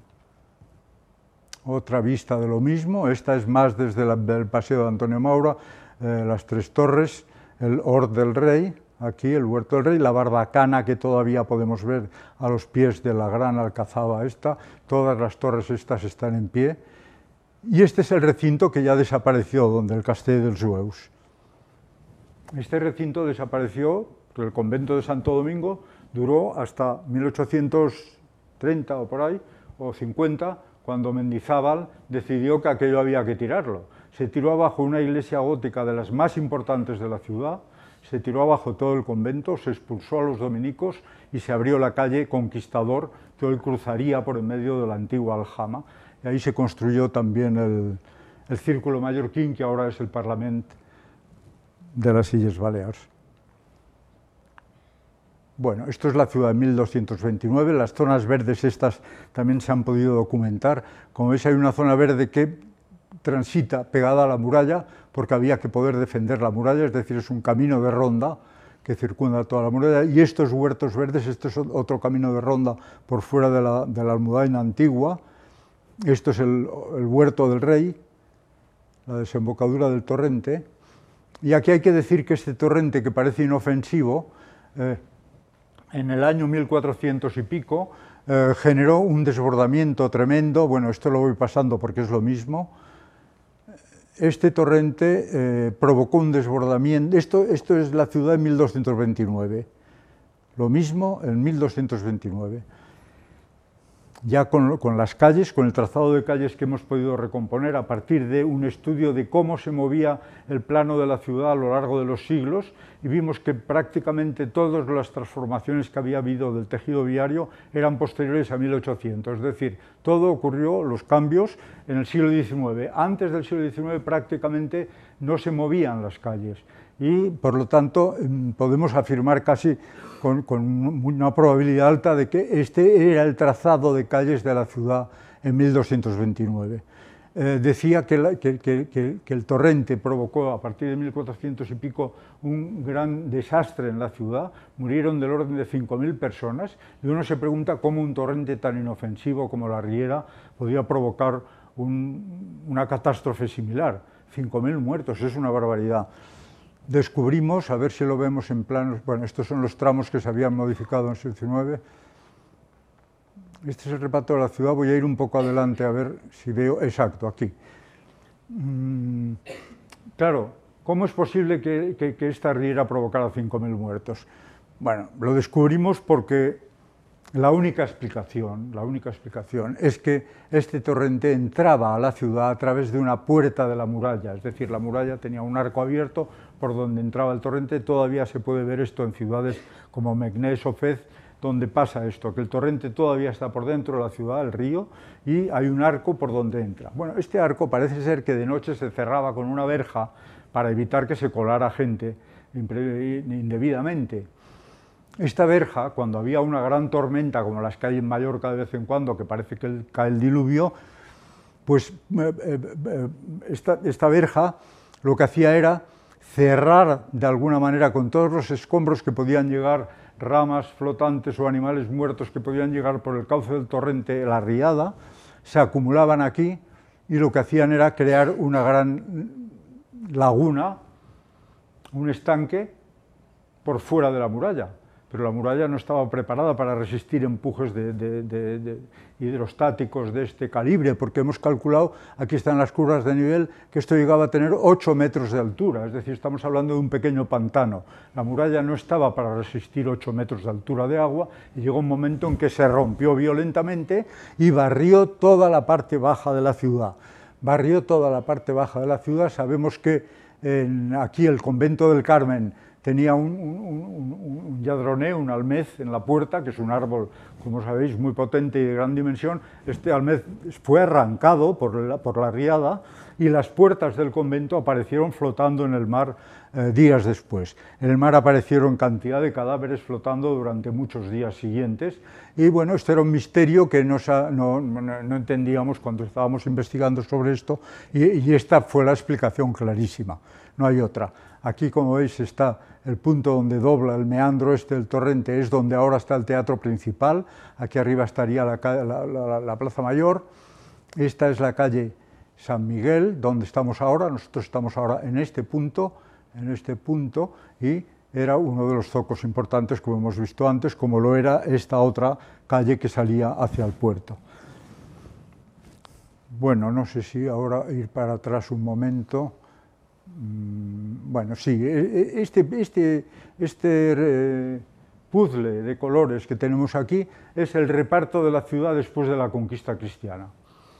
Otra vista de lo mismo, esta es más desde la, el Paseo de Antonio Maura, eh, las tres torres, el Hort del Rey, aquí el Huerto del Rey, la barbacana que todavía podemos ver a los pies de la gran alcazaba esta, todas las torres estas están en pie, y este es el recinto que ya desapareció, donde el Castell dels Jueus. Este recinto desapareció, el convento de Santo Domingo duró hasta mil ochocientos treinta o por ahí, o cincuenta, cuando Mendizábal decidió que aquello había que tirarlo. Se tiró abajo una iglesia gótica de las más importantes de la ciudad, se tiró abajo todo el convento, se expulsó a los dominicos y se abrió la calle Conquistador, que hoy cruzaría por en medio de la antigua Aljama, y ahí se construyó también el, el Círculo Mallorquín, que ahora es el Parlamento de las Illes Baleares. Bueno, esto es la ciudad de mil doscientos veintinueve, las zonas verdes estas también se han podido documentar. Como veis, hay una zona verde que transita pegada a la muralla, porque había que poder defender la muralla, es decir, es un camino de ronda que circunda toda la muralla, y estos huertos verdes, esto es otro camino de ronda por fuera de la, de la Almudaina antigua. Esto es el, el Huerto del Rey, la desembocadura del torrente, y aquí hay que decir que este torrente, que parece inofensivo, eh, en el año mil cuatrocientos y pico, eh, generó un desbordamiento tremendo. Bueno, esto lo voy pasando porque es lo mismo. Este torrente eh, provocó un desbordamiento, esto, esto es la ciudad en mil doscientos veintinueve, lo mismo en mil doscientos veintinueve. Ya con, con las calles, con el trazado de calles que hemos podido recomponer a partir de un estudio de cómo se movía el plano de la ciudad a lo largo de los siglos, y vimos que prácticamente todas las transformaciones que había habido del tejido viario eran posteriores a mil ochocientos, es decir, todo ocurrió, los cambios, en el siglo diecinueve. Antes del siglo diecinueve prácticamente no se movían las calles, y por lo tanto podemos afirmar casi con, con una probabilidad alta de que este era el trazado de calles de la ciudad en mil doscientos veintinueve. Eh, decía que, la, que, que, que, que el torrente provocó a partir de mil cuatrocientos y pico un gran desastre en la ciudad, murieron del orden de cinco mil personas, y uno se pregunta cómo un torrente tan inofensivo como la Riera podía provocar un, una catástrofe similar. cinco mil muertos, es una barbaridad. Descubrimos, a ver si lo vemos en planos, bueno, estos son los tramos que se habían modificado en el diecinueve. Este es el reparto de la ciudad, voy a ir un poco adelante a ver si veo, exacto, aquí. Mm, claro, ¿cómo es posible que, que, que esta riera provocara cinco mil muertos? Bueno, lo descubrimos porque la única explicación, la única explicación es que este torrente entraba a la ciudad a través de una puerta de la muralla, es decir, la muralla tenía un arco abierto por donde entraba el torrente. Todavía se puede ver esto en ciudades como Meknès o Fez, donde pasa esto, que el torrente todavía está por dentro de la ciudad, el río, y hay un arco por donde entra. Bueno, este arco parece ser que de noche se cerraba con una verja para evitar que se colara gente indebidamente. Esta verja, cuando había una gran tormenta, como las que hay en Mallorca de vez en cuando, que parece que cae el diluvio, pues eh, eh, esta, esta verja lo que hacía era cerrar de alguna manera con todos los escombros que podían llegar, ramas flotantes o animales muertos que podían llegar por el cauce del torrente, la riada, se acumulaban aquí, y lo que hacían era crear una gran laguna, un estanque por fuera de la muralla. Pero la muralla no estaba preparada para resistir empujes de, de, de, de hidrostáticos de este calibre, porque hemos calculado, aquí están las curvas de nivel, que esto llegaba a tener ocho metros de altura, es decir, estamos hablando de un pequeño pantano. La muralla no estaba para resistir ocho metros de altura de agua, y llegó un momento en que se rompió violentamente y barrió toda la parte baja de la ciudad. Barrió toda la parte baja de la ciudad. Sabemos que en, aquí el convento del Carmen tenía un, un, un, un lladroné, un almez en la puerta, que es un árbol, como sabéis, muy potente y de gran dimensión. Este almez fue arrancado por la, por la riada y las puertas del convento aparecieron flotando en el mar eh, días después. En el mar aparecieron cantidad de cadáveres flotando durante muchos días siguientes y bueno, esto era un misterio que no, no, no entendíamos cuando estábamos investigando sobre esto y, y esta fue la explicación clarísima, no hay otra. Aquí, como veis, está el punto donde dobla el meandro este del torrente, es donde ahora está el teatro principal. Aquí arriba estaría la, la, la, la Plaza Mayor. Esta es la calle San Miguel, donde estamos ahora. Nosotros estamos ahora en este punto, en este punto, y era uno de los zocos importantes, como hemos visto antes, como lo era esta otra calle que salía hacia el puerto. Bueno, no sé si ahora ir para atrás un momento. Bueno, sí, este, este, este eh, puzzle de colores que tenemos aquí es el reparto de la ciudad después de la conquista cristiana.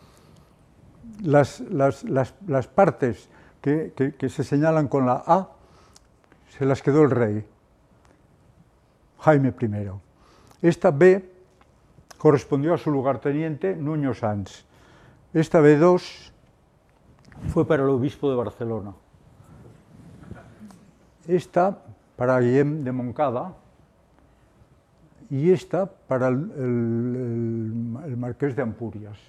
Las, las, las, las partes que, que, que se señalan con la A se las quedó el rey, Jaime primero. Esta B correspondió a su lugarteniente, Nuño Sans. Esta B dos fue para el obispo de Barcelona. Esta para Guillem de Moncada y esta para el, el, el marqués de Ampurias.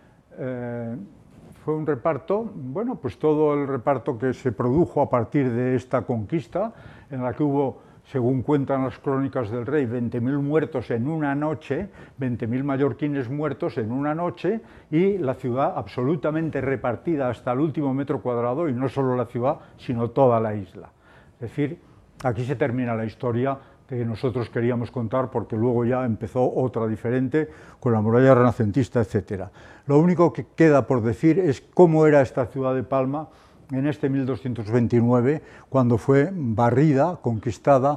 Eh, fue un reparto, bueno, pues todo el reparto que se produjo a partir de esta conquista, en la que hubo, según cuentan las crónicas del rey, veinte mil muertos en una noche, veinte mil mallorquines muertos en una noche, y la ciudad absolutamente repartida hasta el último metro cuadrado, y no solo la ciudad, sino toda la isla. Es decir, aquí se termina la historia que nosotros queríamos contar, porque luego ya empezó otra diferente, con la muralla renacentista, etcétera. Lo único que queda por decir es cómo era esta ciudad de Palma en este mil doscientos veintinueve, cuando fue barrida, conquistada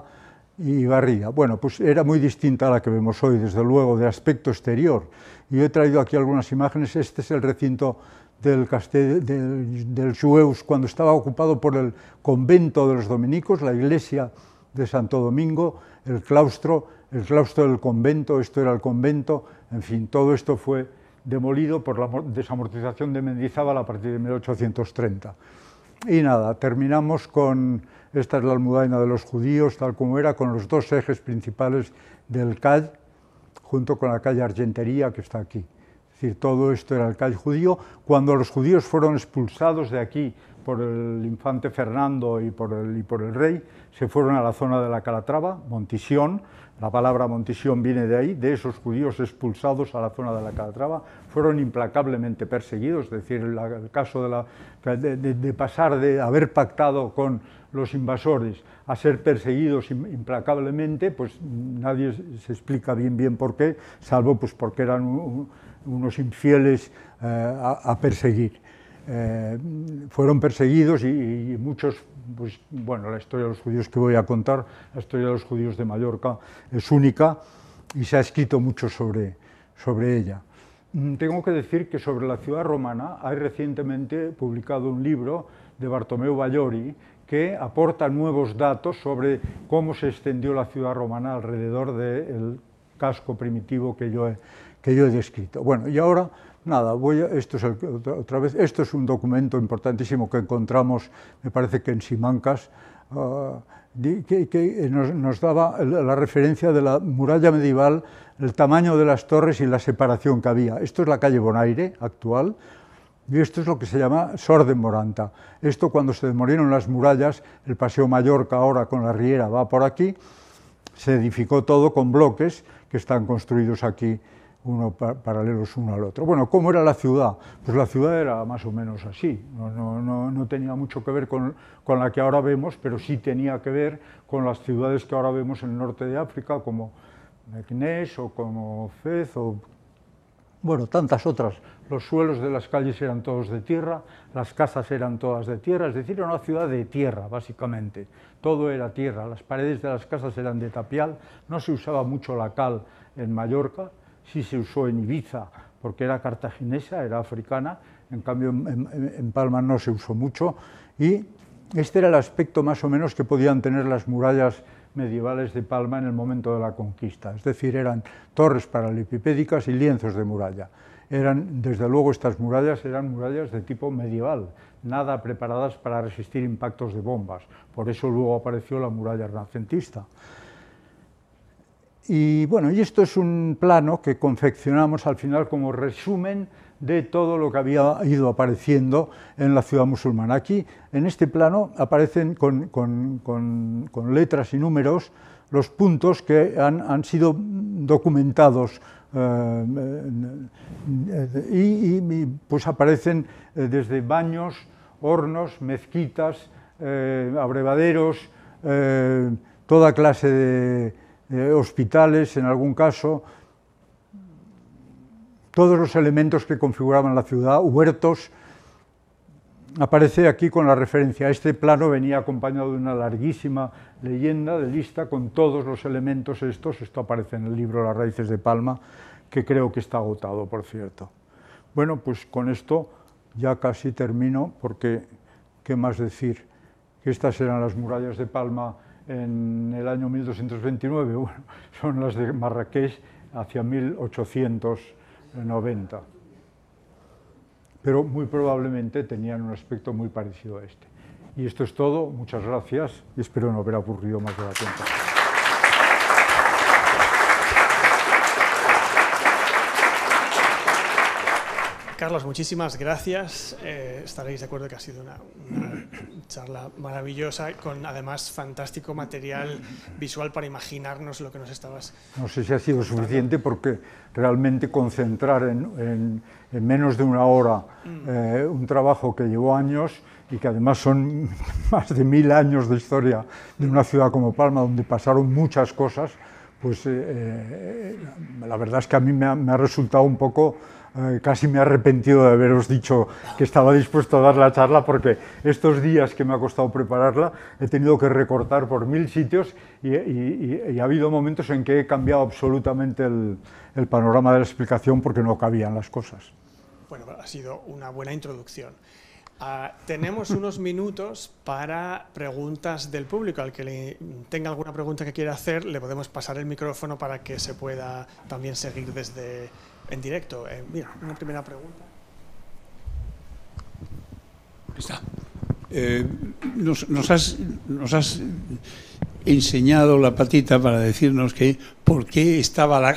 y barrida. Bueno, pues era muy distinta a la que vemos hoy, desde luego, de aspecto exterior. Y he traído aquí algunas imágenes. Este es el recinto del Castell del, del Jueus, cuando estaba ocupado por el convento de los dominicos, la iglesia de Santo Domingo, el claustro, el claustro del convento, esto era el convento, en fin, todo esto fue demolido por la desamortización de Mendizábal a partir de mil ochocientos treinta. Y nada, terminamos con, esta es la almudaina de los judíos, tal como era, con los dos ejes principales del Call, junto con la calle Argentería que está aquí. Es decir, todo esto era el Call judío. Cuando los judíos fueron expulsados de aquí por el infante Fernando y por el, y por el rey, se fueron a la zona de la Calatrava, Montisión. La palabra Montisión viene de ahí, de esos judíos expulsados a la zona de la Calatrava. Fueron implacablemente perseguidos, es decir, el, el caso de, la, de, de, de pasar de haber pactado con los invasores a ser perseguidos implacablemente, pues nadie se explica bien bien por qué, salvo pues porque eran un, unos infieles eh, a, a perseguir. Eh, fueron perseguidos y, y muchos, pues bueno, la historia de los judíos que voy a contar, la historia de los judíos de Mallorca es única y se ha escrito mucho sobre, sobre ella. Tengo que decir que sobre la ciudad romana hay recientemente publicado un libro de Bartomeu Ballori que aporta nuevos datos sobre cómo se extendió la ciudad romana alrededor del casco primitivo que yo he, que yo he descrito. Bueno, y ahora, nada, voy a, esto es el, otra vez, esto es un documento importantísimo que encontramos, me parece que en Simancas, uh, que, que nos, nos daba la referencia de la muralla medieval, el tamaño de las torres y la separación que había. Esto es la calle Bonaire actual, y esto es lo que se llama Sor de Moranta. Esto, cuando se demolieron las murallas, el Paseo Mallorca ahora con la Riera va por aquí, se edificó todo con bloques que están construidos aquí, uno pa paralelos uno al otro. Bueno, ¿cómo era la ciudad? Pues la ciudad era más o menos así, no, no, no, no tenía mucho que ver con, con la que ahora vemos, pero sí tenía que ver con las ciudades que ahora vemos en el norte de África, como Meknès o como Fez, o bueno, tantas otras. Los suelos de las calles eran todos de tierra, las casas eran todas de tierra, es decir, era una ciudad de tierra, básicamente. Todo era tierra, las paredes de las casas eran de tapial, no se usaba mucho la cal en Mallorca, sí se usó en Ibiza, porque era cartaginesa, era africana, en cambio en, en, en Palma no se usó mucho, y este era el aspecto más o menos que podían tener las murallas medievales de Palma en el momento de la conquista, es decir, eran torres paralelepípedicas y lienzos de muralla. Eran, desde luego, estas murallas eran murallas de tipo medieval, nada preparadas para resistir impactos de bombas, por eso luego apareció la muralla renacentista. Y bueno, y esto es un plano que confeccionamos al final como resumen de todo lo que había ido apareciendo en la ciudad musulmana. Aquí, en este plano, aparecen con, con, con, con letras y números los puntos que han, han sido documentados eh, y, y, y pues aparecen desde baños, hornos, mezquitas, eh, abrevaderos, eh, toda clase de eh, hospitales, en algún caso, todos los elementos que configuraban la ciudad, huertos. Aparece aquí con la referencia. Este plano venía acompañado de una larguísima leyenda de lista con todos los elementos estos. Esto aparece en el libro Las raíces de Palma, que creo que está agotado, por cierto. Bueno, pues con esto ya casi termino, porque ¿qué más decir? Que estas eran las murallas de Palma en el año mil doscientos veintinueve. Bueno, son las de Marrakech hacia mil ochocientos noventa, pero muy probablemente tenían un aspecto muy parecido a este. Y esto es todo, muchas gracias y espero no haber aburrido más de la cuenta. Carlos, muchísimas gracias. Eh, estaréis de acuerdo que ha sido una, una charla maravillosa, con además fantástico material visual para imaginarnos lo que nos estabas... No sé si ha sido suficiente, porque realmente concentrar en, en, en menos de una hora eh, un trabajo que llevó años y que además son más de mil años de historia de una ciudad como Palma, donde pasaron muchas cosas, pues eh, la verdad es que a mí me ha, me ha resultado un poco... Eh, casi me he arrepentido de haberos dicho que estaba dispuesto a dar la charla, porque estos días que me ha costado prepararla he tenido que recortar por mil sitios y, y, y, y ha habido momentos en que he cambiado absolutamente el, el panorama de la explicación porque no cabían las cosas. Bueno, ha sido una buena introducción. Uh, tenemos unos minutos para preguntas del público. Al que le tenga alguna pregunta que quiera hacer, le podemos pasar el micrófono para que se pueda también seguir desde en directo. Eh, mira, una primera pregunta. Está. Eh, nos, nos, has, nos has enseñado la patita para decirnos que por qué estaba la,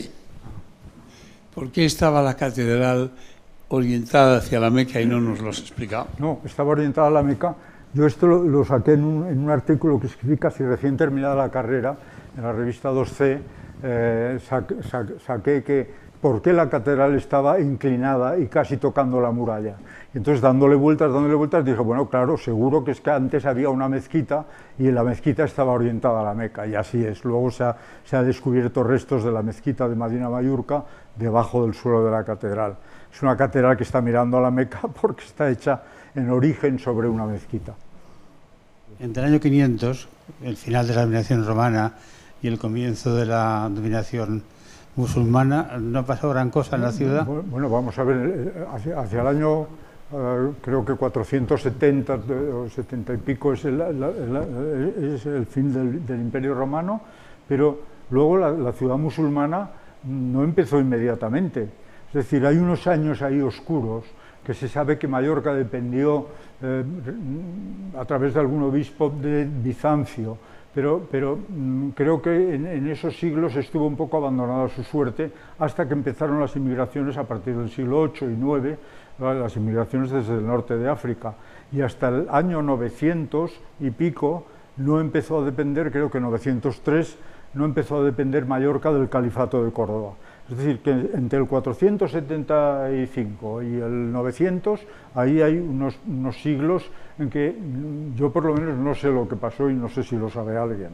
por qué estaba la catedral orientada hacia la Meca, y no nos lo has explicado. No, estaba orientada a la Meca. Yo esto lo, lo saqué en un, en un artículo que escribí casi recién terminada la carrera, en la revista dos C, eh, sa, sa, saqué que por qué la catedral estaba inclinada y casi tocando la muralla. Y entonces, dándole vueltas, dándole vueltas, dije, bueno, claro, seguro que es que antes había una mezquita y la mezquita estaba orientada a la Meca, y así es. Luego se ha, se ha descubierto restos de la mezquita de Madina Mayurca debajo del suelo de la catedral. Es una catedral que está mirando a la Meca porque está hecha en origen sobre una mezquita. Entre el año quinientos, el final de la dominación romana y el comienzo de la dominación musulmana, ¿no ha pasado gran cosa en la ciudad? Bueno, vamos a ver, hacia, hacia el año, uh, creo que cuatrocientos setenta o setenta y pico es el, la, la, es el fin del, del Imperio Romano, pero luego la, la ciudad musulmana no empezó inmediatamente. Es decir, hay unos años ahí oscuros que se sabe que Mallorca dependió eh, a través de algún obispo de Bizancio, pero, pero mm, creo que en, en esos siglos estuvo un poco abandonada su suerte hasta que empezaron las inmigraciones a partir del siglo ocho y nueve, las inmigraciones desde el norte de África, y hasta el año novecientos y pico no empezó a depender, creo que novecientos tres, no empezó a depender Mallorca del Califato de Córdoba. Es decir, que entre el cuatrocientos setenta y cinco y el novecientos, ahí hay unos, unos siglos en que yo por lo menos no sé lo que pasó y no sé si lo sabe alguien.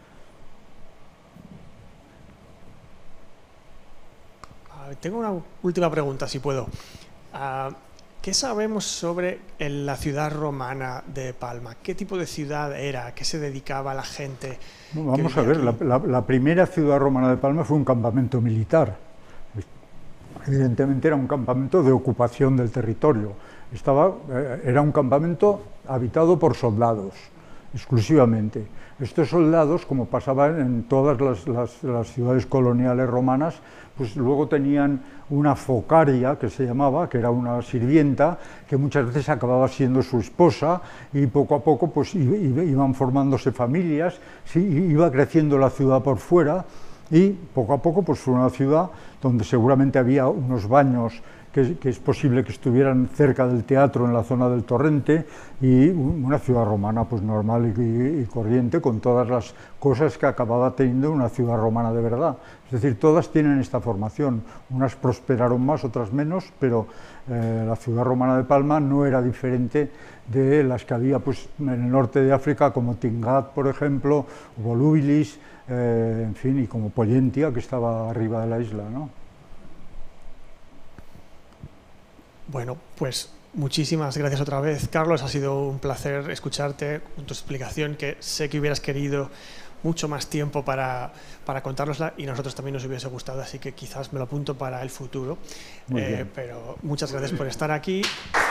Uh, tengo una última pregunta, si puedo. Uh, ¿Qué sabemos sobre el, la ciudad romana de Palma? ¿Qué tipo de ciudad era? ¿A qué se dedicaba la gente? No, vamos a ver, la, la, la primera ciudad romana de Palma fue un campamento militar. Evidentemente era un campamento de ocupación del territorio. Estaba, eh, era un campamento habitado por soldados, exclusivamente. Estos soldados, como pasaba en todas las, las, las ciudades coloniales romanas, pues luego tenían una focaria, que se llamaba, que era una sirvienta, que muchas veces acababa siendo su esposa, y poco a poco pues iban formándose familias, sí, iba creciendo la ciudad por fuera, y poco a poco pues fue una ciudad donde seguramente había unos baños que, que es posible que estuvieran cerca del teatro, en la zona del Torrente, y una ciudad romana pues normal y, y corriente, con todas las cosas que acababa teniendo una ciudad romana de verdad. Es decir, todas tienen esta formación, unas prosperaron más, otras menos, pero eh, la ciudad romana de Palma no era diferente de las que había pues, en el norte de África, como Tingat, por ejemplo, Volubilis, eh, en fin, y como Pollentia, que estaba arriba de la isla, ¿no? Bueno, pues muchísimas gracias otra vez, Carlos. Ha sido un placer escucharte con tu explicación, que sé que hubieras querido mucho más tiempo para, para contárnosla, y nosotros también nos hubiese gustado, así que quizás me lo apunto para el futuro. Eh, pero muchas gracias por estar aquí.